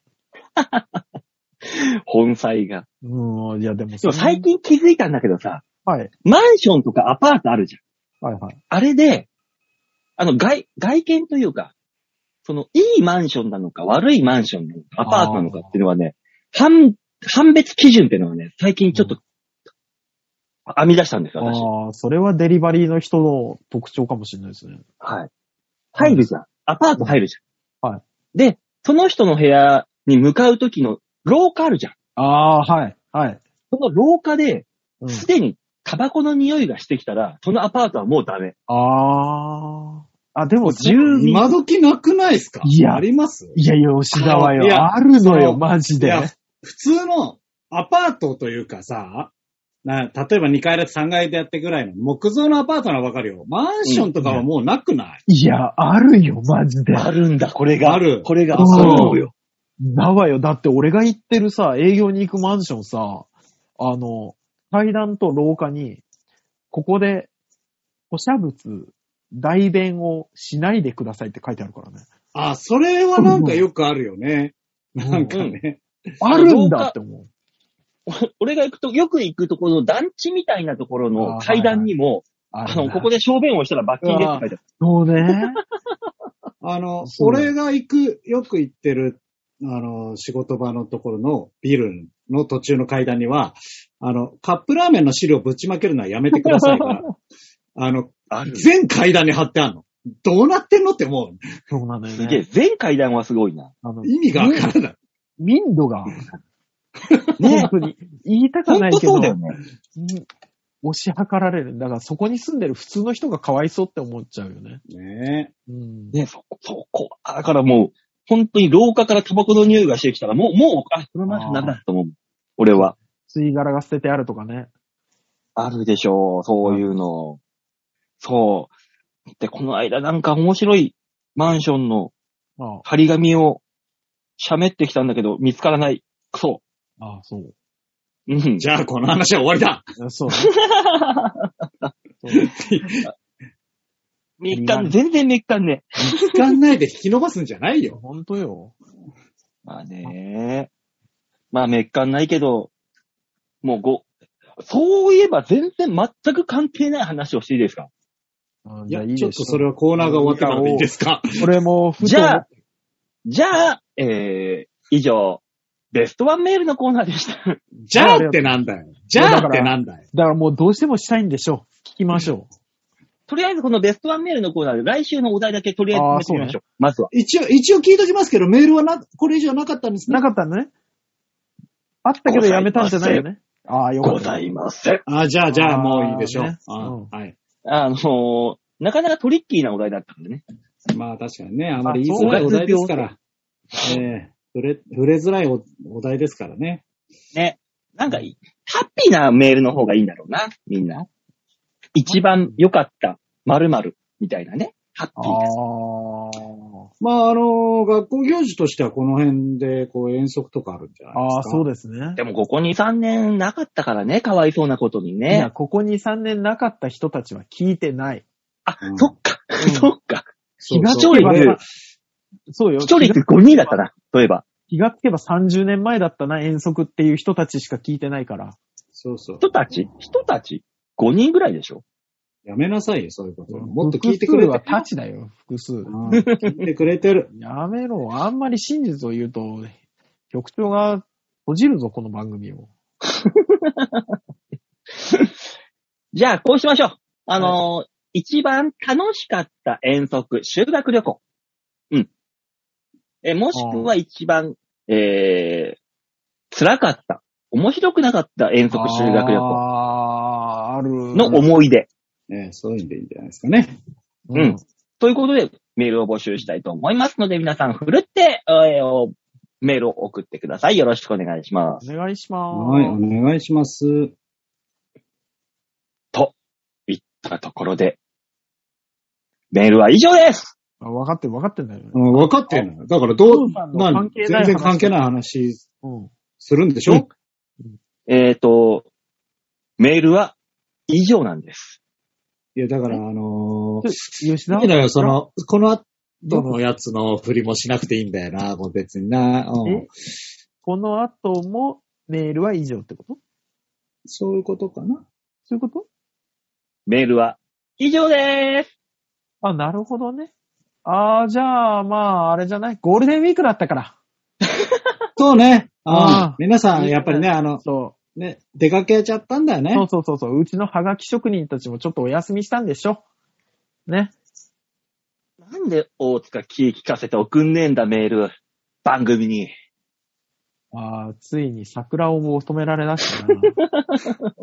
本妻が。 うん、いやでもでも最近気づいたんだけどさ。 はい。 マンションとかアパートあるじゃん。はいはい。 あれで、あの、外、外見というか、その、いいマンションなのか悪いマンションなのかアパートなのかっていうのはね、判、判別基準っていうのはね、最近ちょっと、編み出したんですよ、私。 ああ、それはデリバリーの人の特徴かもしれないですね。 はい。入るじゃん。アパート入るじゃん。はい。 で、その人の部屋に向かうときの廊下あるじゃん。 ああ、はい。はい。 その廊下で、すでにタバコの匂いがしてきたら、そのアパートはもうダメ。 ああ。あ、でも住民。 今時なくないですか？ いや。 あります？ いやいや、吉沢よ。あるのよ、マジで。いや、 普通のアパートというかさ、な例えばにかい建てさんがい建てぐらいの木造のアパートならわかるよ。マンションとかはもうなくない？ いや、あるよ、マジで。 あるんだ、これが。 ある。 これが。そうよ。 だわよ。だって俺が行ってるさ、営業に行くマンションさ、あの、階段と廊下に、ここで、保写物、代弁をしないでくださいって書いてあるからね。 あ、それはなんかよくあるよね。うん、なんかね、 うん。あるんだって思う。 俺が行くと、よく行くところの団地みたいなところの階段にも、あ, はいはい、あの、ここで小便をしたら罰金ですって書いてある。 そうね。 あの、俺が行く、よく行ってる、あの、仕事場のところのビルの途中の階段には、あの、カップラーメンの汁をぶちまけるのはやめてくださいから、あの、全階段に貼ってあるの。どうなってんのって思う。 そうなんだよね。 すげえ、全階段はすごいな。 あの意味がわからない。 民度が。 ね、 本当に言いたくないけど、 そうだよね。 押し量られる。だからそこに住んでる普通の人がかわいそうって思っちゃうよね。 ねえ。うん、 ねそこ、そこ。だからもう、本当に廊下からタバコの匂いがしてきたら、もう、もう、あ、このマンションなんだと思う。俺は。 吸い殻が捨ててあるとかね。 あるでしょう、そういうの。そう。で、この間なんか面白いマンションの張り紙を喋ってきたんだけど、見つからない。クソ。 ああ、そう。 うん。じゃあ、この話は終わりだ。 そう。 めっかん、全然めっかんね。 めっかんないで引き伸ばすんじゃないよ。 ほんとよ。 まあね。まあめっかんないけど、もうご、そういえば全然全く関係ない話をしていいですか？ いや、いいちょっとそれはコーナーが終わってからでいいですか？ これも、 じゃあ、じゃあ、えー、以上、ベストワンメールのコーナーでした。 じゃあってなんだよ。じゃあってなんだよ。 だからもうどうしてもしたいんでしょう。聞きましょう。 とりあえずこのベストワンメールのコーナーで来週のお題だけとりあえず決めてみましょう。 ね、 まずは。 一応、一応聞いときますけど、メールはな、これ以上なかったんですね。 なかったのね。あったけどやめたんじゃないよね。 ああ、よかった。ございません。 あじゃあ、じゃあもういいでしょう。 ね、 あうん、はい。 あのー、なかなかトリッキーなお題だったんでね。 まあ確かにね、あまり言いづらいお題ですから。ええー、触れ、触れづらい お, お題ですからね。 ね。なんかいい、ハッピーなメールの方がいいんだろうな、みんな。一番良かった〇〇みたいなね。ハッピーです。 あまあ、あの、学校行事としてはこの辺で、こう、遠足とかあるんじゃないですか。 ああ、そうですね。 でもここに、さんねんなかったからね、かわいそうなことにいや、 ね。 ここに、さんねんなかった人たちは聞いてない。 あ、 うんそっか、 うんそっか。 そうそう視聴率、 そうよ。 視聴率ごにんだったな、例えば。 気がつけばさんじゅうねんまえだったな、遠足っていう人たちしか聞いてないから。 そうそう。 人たち人たち ?ご 人ぐらいでしょ？ やめなさいよ、そういうこと。もっと聞いてくれてる。 複数はタチだよ、複数。 うん聞いてくれてる。 やめろ。あんまり真実を言うと、局長が閉じるぞ、この番組を。 じゃあ、こうしましょう。あのー、一番楽しかった遠足、修学旅行。うん。え、もしくは一番、えー、辛かった、面白くなかった遠足、修学旅行あー、ある。 の思い出。 ね、そういうんでいいんじゃないですかね。 うん。ということで、メールを募集したいと思いますので、皆さん、ふるって、えー、メールを送ってください。よろしくお願いします。 お願いします。 はい、お願いします。 といったところで、メールは以上です。 あ、分かってる分かってんだよね。 うん、分かってんのよ。だからどう、 父さんのまあ関係ない話全然関係ない話うん。 するんでしょ、 えっと、メールは以上なんです。 いや、だから、あのー、 吉田いいのよ、その、この後のやつの振りもしなくていいんだよな、もう別にな。うん、 えこの後もメールは以上ってこと？ そういうことかな。 そういうこと？ メールは以上でーす。 あ、なるほどね。ああ、じゃあ、まあ、あれじゃない？ゴールデンウィークだったから。 そうね。ああ皆さん、やっぱりね、あの、 そね、出かけちゃったんだよね。 そうそうそうそう。うちのハガキ職人たちもちょっとお休みしたんでしょ。ね。 なんで大塚気聞かせて送んねえんだ、メール。番組に。 ああ、ついに桜を求められだしたな。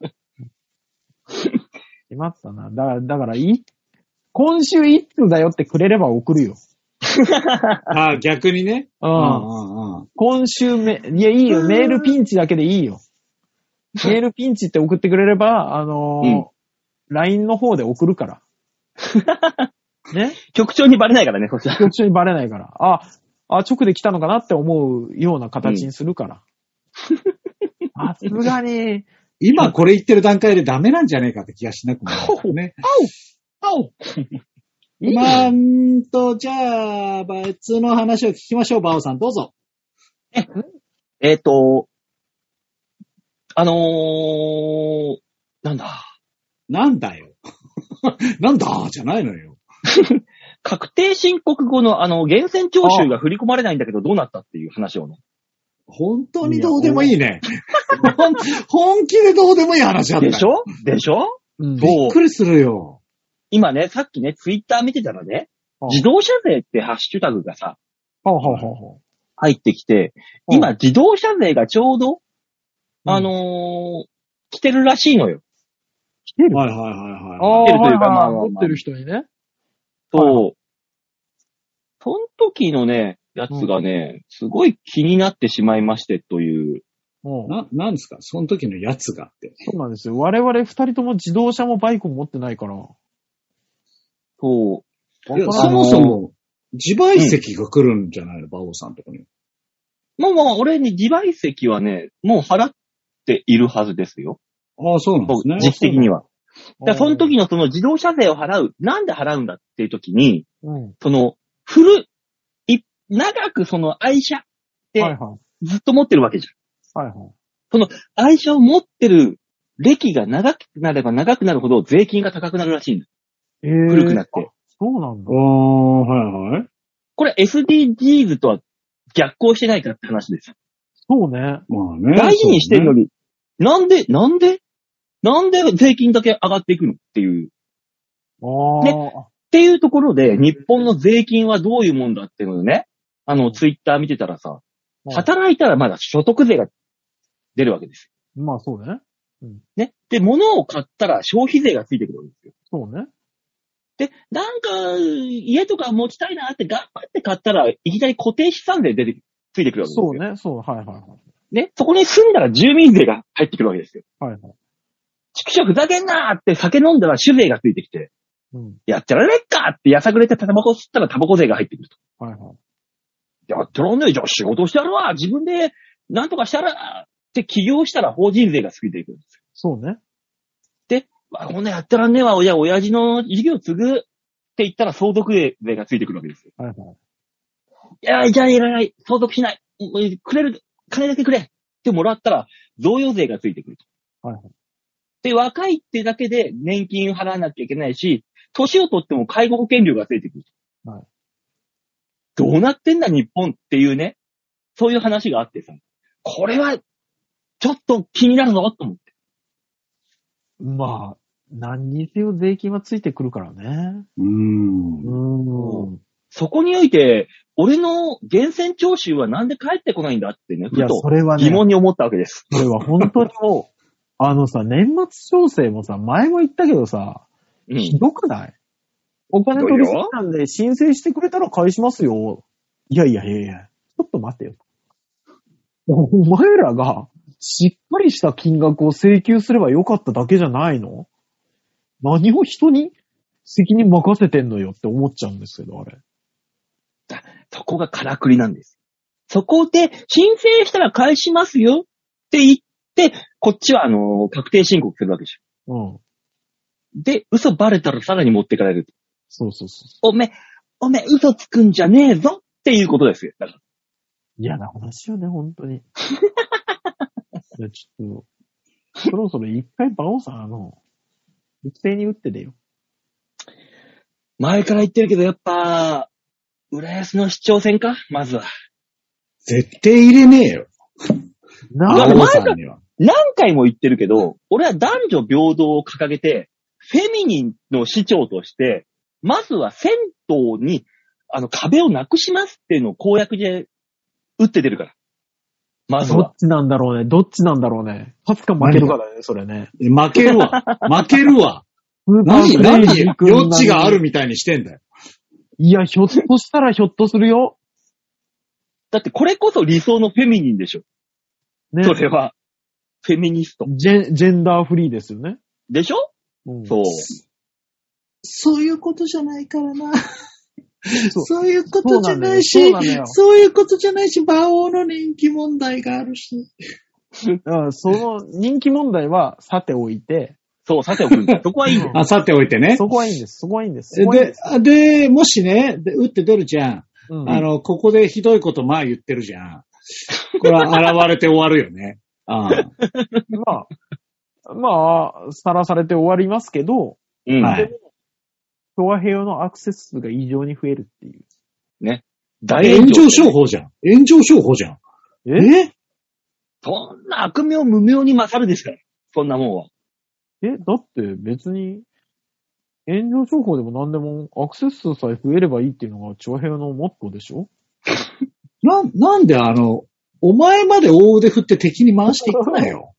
しまったな。だから、だから、い、今週一通だよってくれれば送るよ。 ああ、逆にね。 うん。 うんうんうん、 今週め、いや、いいよ。メールピンチだけでいいよ。メールピンチって送ってくれれば、あのーうん、ライン の方で送るから。ね。 局長にバレないからね、こちら。 局長にバレないから。あ、あ、直で来たのかなって思うような形にするから。さすがに。 今これ言ってる段階でダメなんじゃねえかって気がしなくもないね。 あおあおまあ、んと、じゃあ、別の話を聞きましょう、バオさん、どうぞ。 え、えっと、あのー、なんだ。 なんだよ。なんだじゃないのよ。 確定申告後のあの、源泉徴収が振り込まれないんだけどどうなったっていう話をね。 本当にどうでもいいね。本気でどうでもいい話だった。 でしょでしょ、 うん、 びっくりするよ。 今ね、さっきね、ツイッター見てたらね、自動車税ってハッシュタグがさ、 はあはあはあ、 入ってきて、今自動車税がちょうど、うん、あのー、来てるらしいのよ。 来てる？ はいはいはいはい。 ああ、 来てるというか、まあ、 持ってる人にね。 そう。その時のね、やつがね、うん、すごい気になってしまいましてという。 な、なんですかその時のやつがって。 そうなんですよ。我々二人とも自動車もバイクも持ってないから。 そう。 いやそもそも、自賠責が来るんじゃないの、バオさんとかに。 もうもう、俺に自賠責はね、もう払っているはずですよ。 ああ、そうなんですね。 時期的には。だその時のその自動車税を払う、なんで払うんだっていう時に、うん、その、古い、長くその愛車ってずっと持ってるわけじゃん。はいはい。その愛車を持ってる歴が長くなれば長くなるほど税金が高くなるらしいんだ。えー、古くなって。 そうなんだ。 ああ、はいはい。 これ エスディージーズ とは逆行してないかって話です。 そうね。 まあね。 大事にしてるのに、ね、なんで、なんでなんで税金だけ上がっていくのっていう。 ああ。 ね。っていうところで、日本の税金はどういうもんだっていうのをね、あの、ツイッター見てたらさ、働いたらまだ所得税が出るわけですよ。まあそうね。 うん。ね。で、物を買ったら消費税がついてくるわけですよ。 そうね。 で、なんか、家とか持ちたいなって頑張って買ったら、いきなり固定資産税出て、ついてくるわけですよ。 そうね。そう、はいはいはい。 ね、そこに住んだら住民税が入ってくるわけですよ。 はいはい。 畜生ふざけんなーって酒飲んだら酒税がついてきて、 うん。 やってられっかってやさぐれてタバコ吸ったらタバコ税が入ってくると。 はいはい。 やってらんねえじゃあ仕事してやるわ自分でなんとかしたらって起業したら法人税がついてくるんですよ。 そうね。 で、まあ、こんなやってらんねえわ、おや、親父の事業継ぐって言ったら相続税がついてくるわけですよ。 はいはい。 いや、じゃあいらない。相続しない。くれる、金だけくれってもらったら贈与税がついてくると。 はいはい。 で、若いってだけで年金払わなきゃいけないし、年を取っても介護保険料がついてくると。 はい。 どうなってんだ日本っていうね、そういう話があってさ、これはちょっと気になるぞと思って。 まあ、何にせよ税金はついてくるからね。 うーん。 うん。 そこにおいて、俺の源泉徴収はなんで帰ってこないんだってね、 いや、 ふとそれはね、 疑問に思ったわけです。 それは本当にもう、あのさ、年末調整もさ、前も言ったけどさ、 うん。 ひどくない？お金取りすぎたんで申請してくれたら返しますよ。いやいやいやいや、ちょっと待ってよ。お前らがしっかりした金額を請求すればよかっただけじゃないの？何を人に責任任せてんのよって思っちゃうんですけど、あれ。 そこがからくりなんです。そこで申請したら返しますよって言って、こっちはあの、確定申告するわけでしうん。 ょ。で、嘘バレたらさらに持ってかれる。 そうそうそう。 おめ、おめ、嘘つくんじゃねえぞっていうことですよ。だから嫌な話よね、本当に。いや、ちょっと、そろそろ一回馬王さん、あの、一斉に打って出よ。 前から言ってるけど、やっぱ、浦安の市長選かまずは。 絶対入れねえよ。 なあ馬王さんには。 何回も言ってるけど、俺は男女平等を掲げて、フェミニンの市長として、まずは銭湯に、あの、壁をなくしますっていうのを公約で打って出るから。まずはどっ。ちなんだろうね。どっちなんだろうね。勝つか負けるかだね、それね。 負けるわ。負けるわ。何、何、余地があるみたいにしてんだよ。 いや、ひょっとしたらひょっとするよ。 だってこれこそ理想のフェミニンでしょ。 ね。 それは、フェミニスト。 ジェン、ジェンダーフリーですよね。 でしょ、 うん、 そう。 そういうことじゃないからな。 そうそういうことじゃないし、 そうなのよ。 そういうことじゃないし、馬王の人気問題があるし。 うん、その人気問題はさておいて。 そう、さておくんだ。そこはいいんだよ。 あ、さておいてね。 そこはいいんです。そこはいいんです。そこはいいんでです、 で、もしね、で打って出るじゃん。 うん、 あの、ここでひどいことまあ言ってるじゃん。これは現れて終わるよね。ああまあ、まあ、さらされて終わりますけど、 うん。 はいでも、トワヘヨのアクセス数が異常に増えるっていう。 ね。大炎上商法じゃん。炎上商法じゃん。 ええそんな悪名無名に勝るですから。そんなもんは。 えだって別に、炎上情報でも何でもアクセス数さえ増えればいいっていうのがチョアヘヨのモットーでしょ？ な、なんであの、お前まで大腕振って敵に回していくなよ。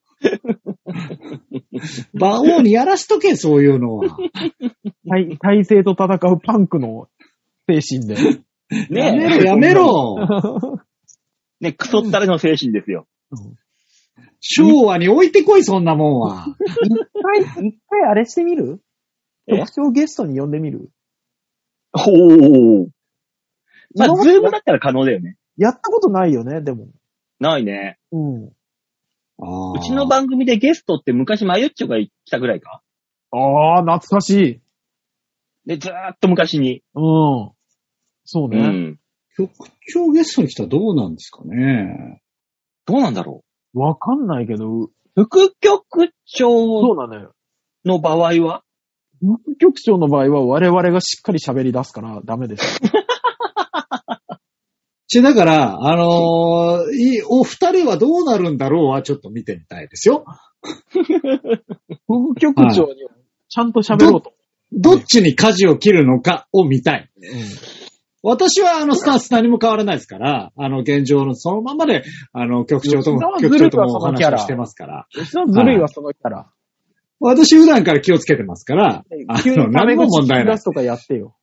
馬王にやらしとけ、そういうのは。 体体制と戦うパンクの精神で。 ねやめろ、やめろ。 ね、クソったれの精神ですよ。 昭和に置いてこい、そんなもんは。 一回、一回あれしてみる？ え特徴ゲストに呼んでみる？ ほー。まあ、ズームだったら可能だよね。 やったことないよね、でも。 ないね。 うん。 うちの番組でゲストって昔マユッチョが来たぐらいか。 ああ、懐かしい。 で、ずーっと昔に。 うん。そううね。 ん。 局長ゲストに来たらどうなんですかね。 どうなんだろわかんないけど、 う。副局長そうなのよ。 の場合は副局長の場合は我々がしっかり喋り出すからダメです。 ち、だから、あのーいお二人はどうなるんだろうはちょっと見てみたいですよ。 副局長にはちゃんと喋ろうと。 どっちに舵を切るのかを見たい。 うん私はあのスタンス何も変わらないですから、あの現状のそのままで、あの局長とも、 吉田はずるいわ局長ともお話をしてますから。 吉田ずるいわ、そのキャラ。 私普段から気をつけてますから、あの、 急にタメ何も口問題ない出す。とかやってよ。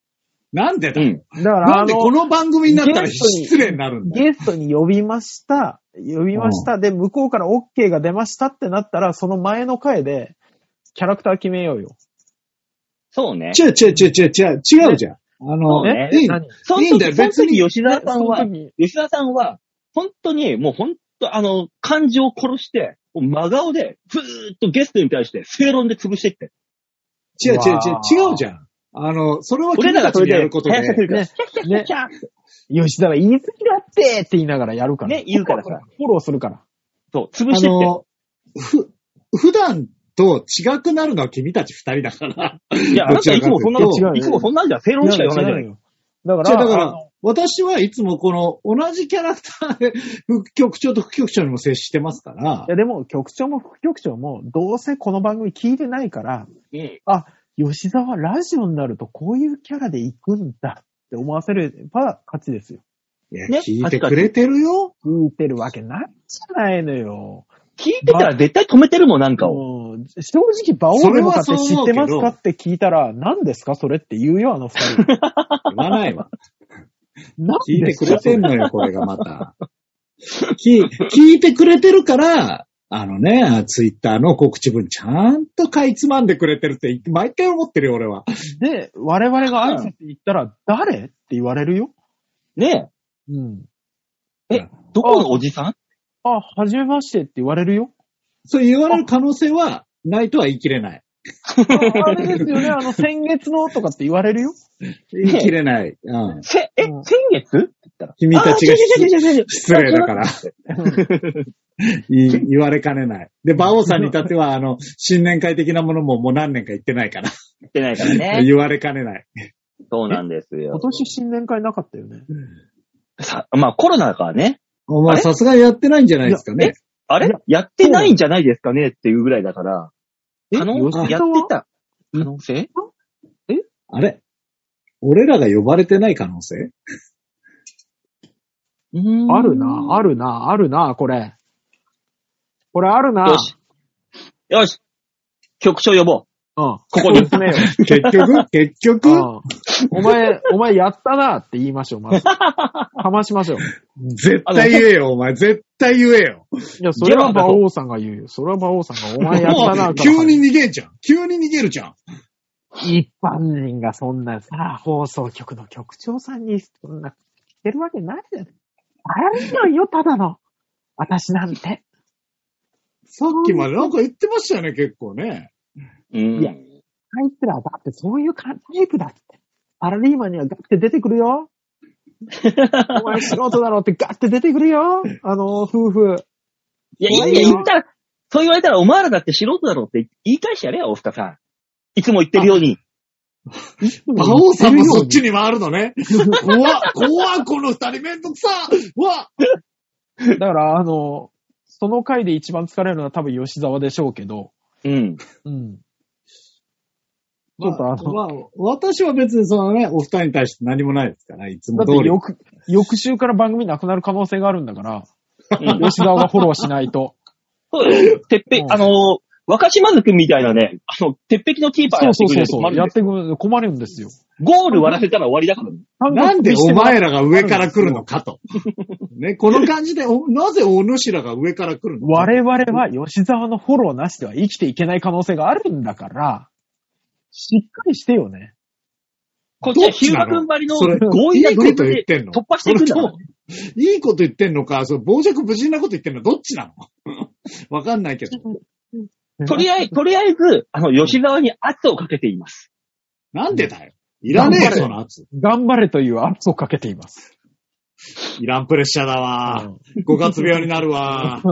なんでだ、 うん。 だからなんであの、 この番組になったらゲストに失礼になるんだよ。 ゲストに呼びました。呼びました。で、向こうから OK が出ましたってなったら、その前の回で、キャラクター決めようよ。 そうね。 違う違う違う違う違う、違うじゃん。あの、 ねいい何そのいいんだよ時、その別に時吉沢さんはその、時吉沢さんは、本当に、もう本当、あの、感情を殺して、もう真顔で、ふーっとゲストに対して、正論で潰していって。 違う違う違う、 うわー違うじゃん。あの、それは君俺らがそれで、 たちにやることで。 林させるから、 ねキャッキャッキャッキャッキャッ吉田は言い過ぎだってって言いながらやるから。 ね言うからさフォローするから。 そう、潰していって。 あの、ふ、普段と違くなるのは君たち二人だから。 いや、あなたいつもそんなの、 どちらかというといつもそんなんじゃ、正論しか言わないじゃない。 よ。だかじゃあだから、 ら、私はいつもこの同じキャラクターで副局長と副局長にも接してますからい、やでも局長も副局長もどうせこの番組聞いてないから、 うん。 あ、吉沢ラジオになるとこういうキャラで行くんだって思わせれば勝ちですよ。 いや、 ね聞いてくれてるよ。 聞いてるわけないじゃないのよ。 聞いてたら絶対止めてるもん、なんかを。 うん正直、馬王でもかって知ってますかって聞いたら、何ですかそれって言うよ、あの二人。 言わないわ。 何聞いてくですかれてんのよ、これがまた。聞聞いてくれてるから、あのね、ツイッターの告知文ちゃんとかいつまんでくれてるって毎回思ってるよ、俺は。 で、我々が挨拶行ったら、誰って言われるよ。 ねうん。 え。え、どこのおじさんあ、はじめましてって言われるよ。 そう言われる可能性はないとは言い切れない。 あれですよね、あの、先月のとかって言われるよ。 言い切れない。うん。 せ、え、 うん先月って言ったら。 君たちがあ違う違う違う違う違う失礼だから。言言われかねない。で、馬王さんに至っては、あの、新年会的なものももう何年か言ってないから。 言ってないからね。 言われかねない。 そうなんですよ今。年新年会なかったよね。 さ、まあコロナだからね。 お前あれさすがにやってないんじゃないですかね。 あれいややってないんじゃないですかねっていうぐらいだから。 え可能吉や沢ってた可能性あれ俺らが呼ばれてない可能性うーんあるな、あるな、あるな、これ。これあるな。 よし。よし。局長呼ぼうん。 ここに詰めよう。 結局結局うんお前、お前やったなって言いましょう、まず。かましましょう。 絶対言えよ、お前。絶対言えよ。 いや、それは馬王さんが言うよ。それは馬王さんが、お前やったなから。 急に逃げんじゃん。急に逃げるじゃん。 一般人がそんなさ、放送局の局長さんにそんな聞けるわけないじゃん。あれじゃんよ、ただの。私なんて。 さっきまでなんか言ってましたよね、結構ね。 う。うん。 いやあいつらだってそういうタイプだって。サラリーマンにはガッて出てくるよ。お前素人だろってガッて出てくるよ。あの、夫婦。 いや、いいね、言ったら、そう言われたらお前らだって素人だろって言い返してやれよ、大塚さん。いつも言ってるように。 馬王さんもそっちに回るのね。怖っ、怖っ、この二人めんどくさうわだから、あの、その回で一番疲れるのは多分吉沢でしょうけど。 うん。 うん。ちまょっとあのあ、まあ、私は別にそのね、お二人に対して何もないですから、いつだも通り。 って翌、翌週から番組なくなる可能性があるんだから、 うん吉沢がフォローしないと。 そうだよ。てっぺ、 うんあのー、若島津くんみたいなね、あの、鉄壁のキーパーそうやってくれるとそうそうそう。やっ困るんですよ。 てくる、困るんですよ。 ゴール割らせたら終わりだからね。 なんでお前らが上から来るのかと。ね、この感じで、おなぜお主らが上から来るのか。 我々は吉沢のフォローなしでは生きていけない可能性があるんだから、しっかりしてよね。 こっちはヒューマくんばりのそれ強引ないいこと言っでてんの突破していくんだから。 いいこと言ってんのか、その傍若無人なこと言ってんのどっちなのわかんないけど。 とりあえず、とりあえず、あの、吉沢に圧をかけています。 なんでだよ。いらねえよ、その圧。 頑張れという圧をかけています。 いらんプレッシャーだわ。ごがつ病になるわ。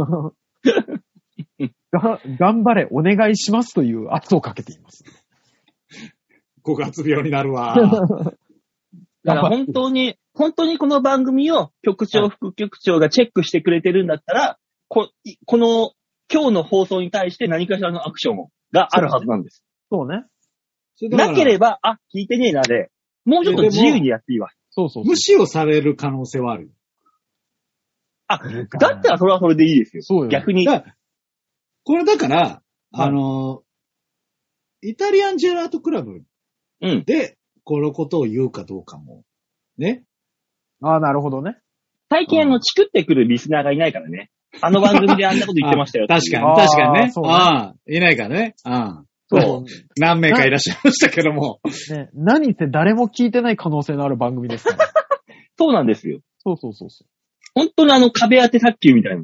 が頑張れ、お願いしますという圧をかけています。 ごがつ病になるわ。 だから本当に、本当にこの番組を局長、副局長がチェックしてくれてるんだったら、こいこの今日の放送に対して何かしらのアクションがあるはずなんです。 そうね。 なければ、あ、聞いてねえなで、もうちょっと自由にやっていいわ。 そうそうそう。 無視をされる可能性はあるよ。 あ、だったらそれはそれでいいですよ。 そうよ。 逆に。 だこれだから、あの、イタリアンジェラートクラブうん。 で、 このことを言うかどうかも。ね。 ああ、なるほどね。 最近あの、チクってくるリスナーがいないからね。あの番組であんなこと言ってましたよ。 確かに、 あー確かにね。 そうねああ、いないからね。ああ。 そう。 何名かいらっしゃいましたけども。 ね、何って誰も聞いてない可能性のある番組ですから。 そうなんですよ。 そうそうそうそう。 本当にあの壁当て卓球みたいな。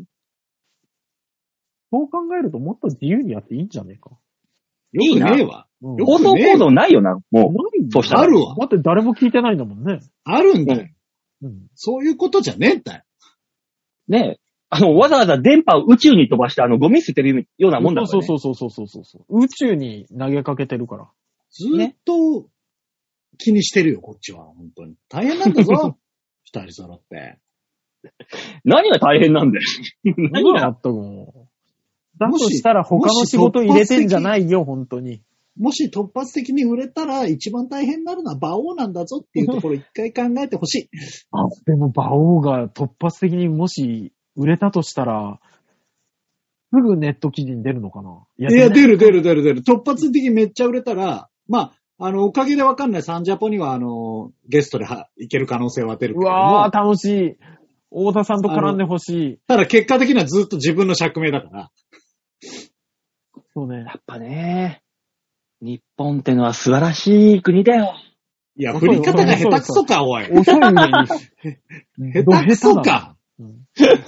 そう考えるともっと自由にやっていいんじゃねえか。 よくねえわ。 うんよ放送コードないよな、もう。 ないんだそうしたらあるわ。 だって誰も聞いてないんだもんね。 あるんだよ。 うん。 そういうことじゃねえんだよ。 ねえ。あの、わざわざ電波を宇宙に飛ばして、あの、ゴミ捨てるようなもんだからね。 そうそうそうそうそうそうそう。宇宙に投げかけてるから。 ずーっと気にしてるよ、こっちは。本当に。大変なんだぞ。二人揃って。 何が大変なんだよ。何が何があったのだとしたら他の仕事入れてんじゃないよ、本当に。 もし突発的に売れたら一番大変になるのは馬王なんだぞっていうところを一回考えてほしい。 あ、でも馬王が突発的にもし売れたとしたら、すぐネット記事に出るのかないいや、出る出る出る出る。突発的にめっちゃ売れたら、まあ、あの、おかげでわかんないサンジャポには、あの、ゲストでは行ける可能性は出るけうれども。 わー、楽しい。太田さんと絡んでほしい。 ただ結果的にはずっと自分の釈明だから。 そうね。 やっぱね、日本ってのは素晴らしい国だよ。 いや、振り方が下手くそか、おい。 遅い上に。 下手くそか。 うん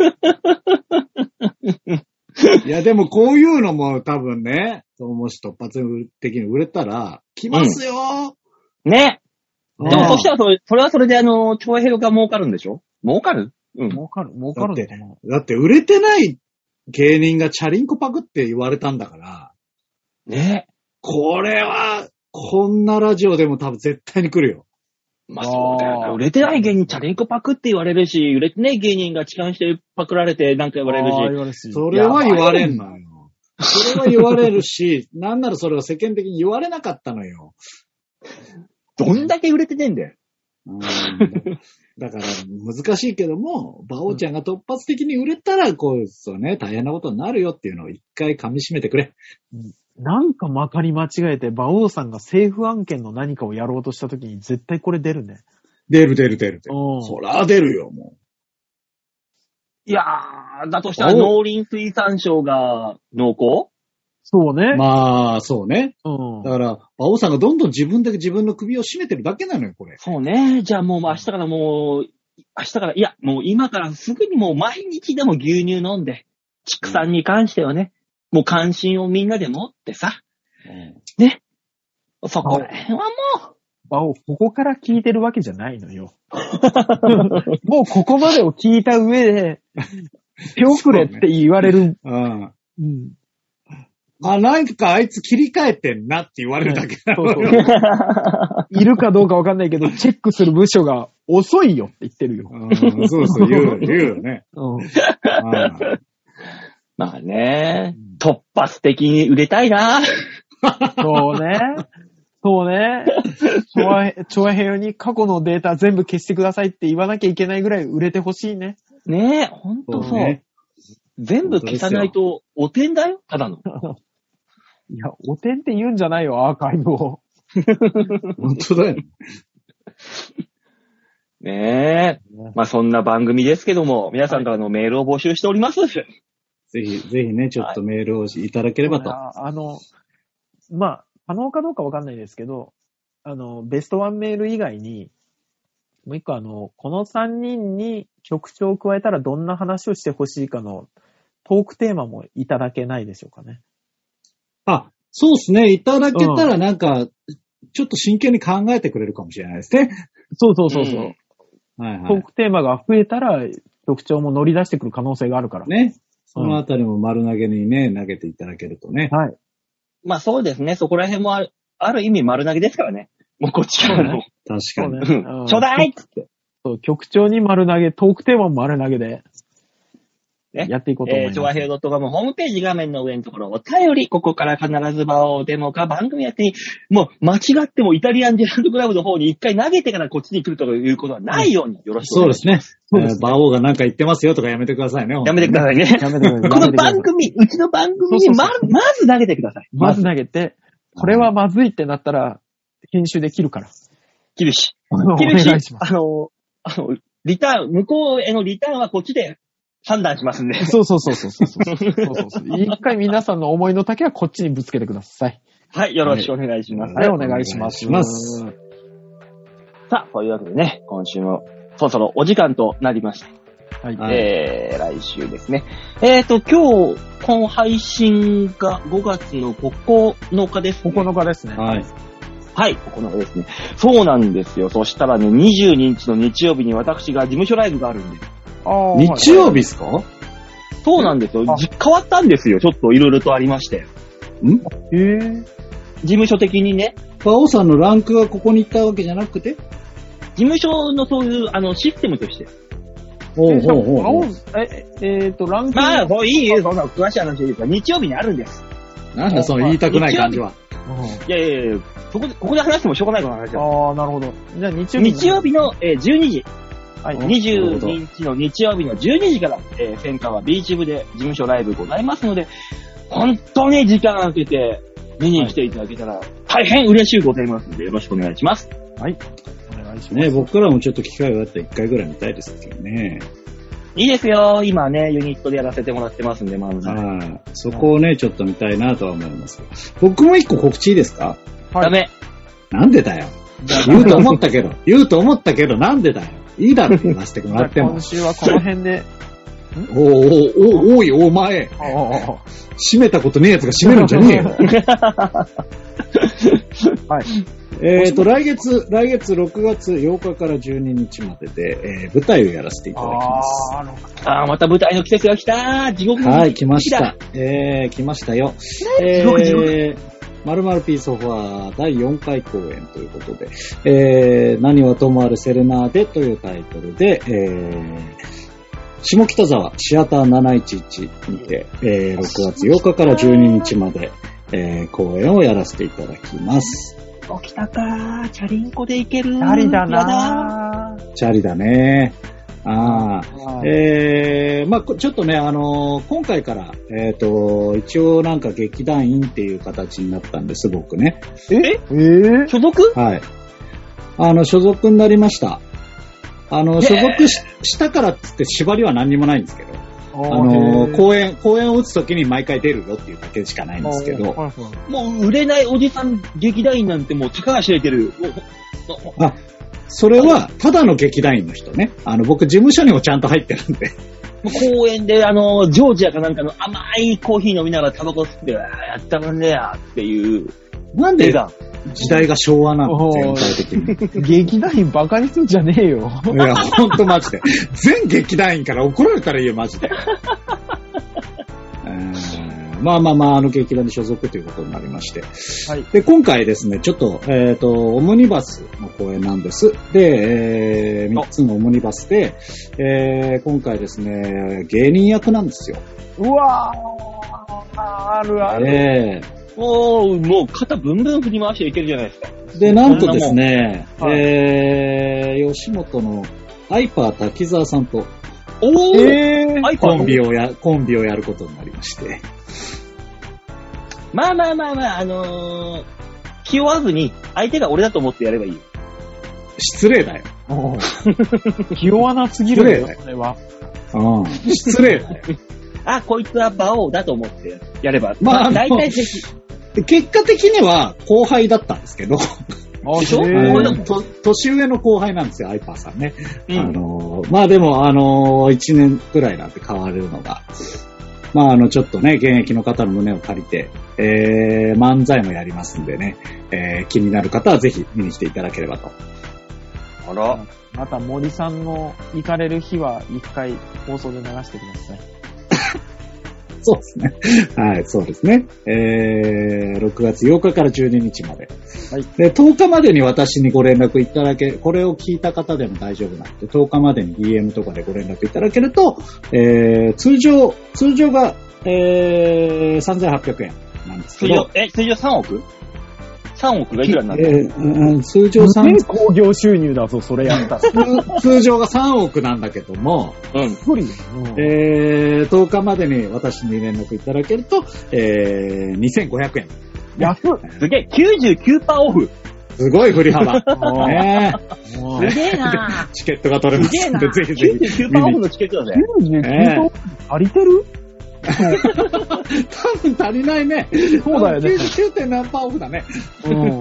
いや、でもこういうのも多分ね、もし突発的に売れたら、来ますよ、 ね。 うんでもそしたらそれ、それはそれであの、長平が儲かるんでしょ？儲かる？うん。 儲かる、儲かるのかな。 だって売れてない芸人がチャリンコパクって言われたんだから、 ね。 これは、こんなラジオでも多分絶対に来るよ。 まあそうだよな。売れてない芸人チャリンコパクって言われるし、売れてない芸人が痴漢してパクられてなんか言われるし。 あー言われるし。 それは言われんのよ。それは言われるし、なんならそれは世間的に言われなかったのよ。 どんだけ売れてねえんだよ。 うんだから難しいけども、馬王ちゃんが突発的に売れたら、こう、そうね、大変なことになるよっていうのを一回噛み締めてくれ。 なんかまかり間違えて、馬王さんが政府案件の何かをやろうとしたときに絶対これ出るね。 出る出る出る出る。 うんそら出るよ、もいやー、だとしたら農林水産省が濃厚？ そうね。 う。まあ、そうね。 うんだ。から、馬王さんがどんどん自分で自分の首を絞めてるだけなのよ、これ。 そうね。じゃあもう明日からもう、明日から、いや、もう今からすぐにもう毎日でも牛乳飲んで、畜産に関してはね、もう関心をみんなで持ってさ、ね。そこら辺はも馬王、ここから聞いてるわけじゃないのよ。もうここまでを聞いた上で、手遅れって言われる。 うん。 うん。 あ、なんかあいつ切り替えてんなって言われるだけなのそうよ。 そういるかどうかわかんないけど、チェックする部署が遅いよって言ってるよ。 うん、そうそう、言う、言うよね。 うん。 うんまあね、突発的に売れたいな。 そうね。そうね。チョア、チョアヘヨに過去のデータ全部消してくださいって言わなきゃいけないぐらい売れてほしいね。 ねえ、ほんとそう。 そうね全部消さないと、お点だよ、ただの。 いや、お点って言うんじゃないよ、アーカイブを。 本当だよ。 ねえ。まあそんな番組ですけども、皆さんからのメールを募集しております。 ぜひ、ぜひね、ちょっとメールをいただければと。 ああの、まあ、可能かどうかわかんないですけど、あの、ベストワンメール以外に、もう一個あの、このさんにんに局長を加えたらどんな話をしてほしいかのトークテーマもいただけないでしょうかね。 あ、そうですね。いただけたらなんか、ちょっと真剣に考えてくれるかもしれないですね。 そうそうそうそう。 うんはいはい。 トークテーマが増えたら、局長も乗り出してくる可能性があるから。 ね。そのあたりも丸投げにね、投げていただけるとね。 はい。 まあそうですね、そこら辺もある、ある意味丸投げですからね。もうこっちからの。 確かに。 そうね。 うんうんちょうだいっつって。 そう、局長に丸投げ、トークテーマも丸投げで、 ねやっていこうと思いえー、 ます。 ちょわへい .com ホームページ画面の上のところ、お便り、ここから必ず場をデモか番組やってに、もう間違ってもイタリアンジェラートクラブの方に一回投げてからこっちに来るということはないようによろしくおそうで願いします。 すね。 そうですねえー馬王がなんか言ってますよとかやめてくださいね。 やめてくださいね。 やめてください。 この番組、うちの番組にま、まず投げてください。 まず投げて、これはまずいってなったら、編集できるから。 切るし。 お切る願いします。 あの、あの、リターン、向こうへのリターンはこっちで判断しますんで。 そうそうそうそうそうそうそうそう。一回皆さんの思いの丈はこっちにぶつけてください。 はい、よろしくお願いします。 はい、お願いします。 お願いしますさあ、というわけでね、今週もそろそろお時間となりました。 はい。 はいえー、来週ですね。えーと、今日、この配信がごがつのここのかですね。 ここのかですね。 はい。 はい、ここのかですね。そうなんですよ。そしたらね、にじゅうににちの日曜日に私が事務所ライブがあるんで。 あー日曜日っすか？ そうなんですよ。 あじ変わったんですよ。ちょっといろいろとありまして。 んへぇ事務所的にね、 パオさんのランクがここに行ったわけじゃなくて？ 事務所のそういう、あの、システムとして。 ほうほうほうほう。 え、えっと、ランキング。 まあ、そういいよ。そんな詳しい話ですが、日曜日にあるんです。 なんだその言いたくない感じは。 いやいやいや、そこで、ここで話してもしょうがないことの話だ。 ああ、なるほど。じゃあ日曜日。 日曜日の、えー、じゅうにじ。 はい。 にじゅうににちの日曜日のじゅうにじから、えー、千川ビーチ部で事務所ライブございますので、本当に時間空けて見に来ていただけたら大変嬉しいございますのでよろしくお願いします。 はい。お願いします。 ね、僕らもちょっと機会があったら一回ぐらい見たいですけどね。 いいですよ。今ね、ユニットでやらせてもらってますんで、漫才。 はい。そこをね、ちょっと見たいなとは思います。僕も一個告知いいですか？ はいダメ。 なんでだよ。言うと思ったけど、言うと思ったけど、なんでだよ。いいだろ、言わせてもらっても今。週はこの辺で。 おおおおおい、お前。 ああ閉めたことねえやつが閉めるんじゃねえよ。 はい。 えっと、来月、来月ろくがつようかからじゅうににちまでで、えー舞台をやらせていただきます。 ああ、 あー、また舞台の季節が来たー。地獄のはい、来まし時期だた。えー、来ましたよ。 地獄地獄えー、まるまるピースオファーだいよんかい公演ということで、えー、何はともあれセレナーデというタイトルで、えー、下北沢シアターなないちいちにて、えー、ろくがつようかからじゅうににちまで、えー、公演をやらせていただきます。 起きたかー。チャリンコで行けるー。 ありだやなチャリだね。ああ。 ぁ。 えー、まあ、こちょっとね、あのー今回から、えっ、と、一応なんか劇団員っていう形になったんです、僕ね。 ええー所属はい。あの、所属になりました。あの、所属ししたからっつって縛りは何にもないんですけど、あのー公演、公演を打つときに毎回出るよっていうだけしかないんですけど、 もう売れないおじさん劇団員なんてもう高が知れてる。もうあ、それは、ただの劇団員の人ね。あの、僕、事務所にもちゃんと入ってるんで。 もう公園で、あの、ジョージアかなんかの甘いコーヒー飲みながらタバコ吸って、あーやったもんねやっていう。 なんで絵が。 時代が昭和なのおー全体的に。 劇団員バカにすんじゃねえよ。 いや、ほんとマジで。全劇団員から怒られたらいいよ、マジで。えーまあまあまあ、あの劇団に所属ということになりまして。 はい。 で、今回ですね、ちょっと、えっ、と、オムニバスの公演なんです。で、えー、みっつのオムニバスで、えー、今回ですね、芸人役なんですよ。 うわー、あるある。 えもう、もう肩ブンブン振り回していけるじゃないですか。 ー、で、なんとですね、 そんなもんえー、吉本のアイパー滝沢さんとおーえー、 アイパーコンビをや、コンビをやることになりまして。 まあまあまあまあ、あのー、気負わずに、相手が俺だと思ってやればいいよ。 失礼だよ。 おー気弱なすぎるよ、それは。 うん。失礼だよ。 あ、こいつは馬王だと思ってやれば。 まあ大体的。 で結果的には後輩だったんですけど、 あでしょへあーのと年上の後輩なんですよ、アイパーさんね。 うんあのまあでも、あのいちねんくらいなんて変われるのが、まああの、ちょっとね、現役の方の胸を借りて、えー、漫才もやりますんでね、えー、気になる方はぜひ見に来ていただければと。 あら。 また森さんの行かれる日は一回放送で流してください。 そうですね。はい、そうですね。えー、ろくがつようかからじゅうににちまで。 はい。 で、とおかまでに私にご連絡いただけ、これを聞いた方でも大丈夫なんで、とおかまでに ディーエム とかでご連絡いただけると、えー、通常、通常が、えー、さんぜんはっぴゃくえんなんですけど通常、、え、通常さんおく ?さん 億がいくらになるえーうん通常さん、 全興行収入だぞ、それやったら。 通通常がさんおくなんだけども、 うん。 無理よ。 えー、とおかまでに私に連絡いただけると、えー、にせんごひゃくえん。 安っ。 すげえ、きゅうじゅうきゅうパーセントオフ。 すごい振り幅。ねすげえなチケットが取れますすげえなんで、ぜひぜひ。 きゅうじゅうきゅうパーセントオフのチケットだぜ。 きゅうじゅうきゅうパーセント足りてる多分足りないね。 そうだよねきゅうじゅうきゅうてん何パーオフだね。 うん。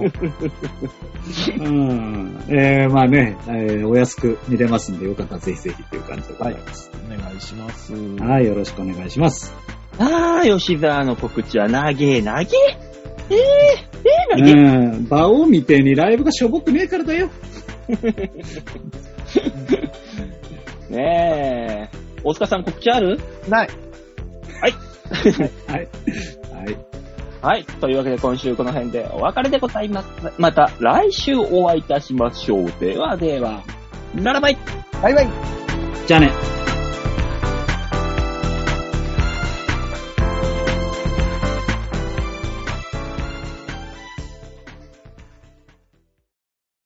うん。えー、まあね、えー、お安く見れますんで、よかったらぜひぜひっていう感じでございます。 お願いします。 はい、よろしくお願いします。 あー、吉沢の告知は長え長え。えー、えー、長え。 うん。場を見てにライブがしょぼくねえからだよ。 ねえ。大塚さん告知ある？ ない。 はい。 はい。はい。 はい。というわけで今週この辺でお別れでございます。また来週お会いいたしましょう。ではでは。ならばい。 バイバイ。 じゃあね。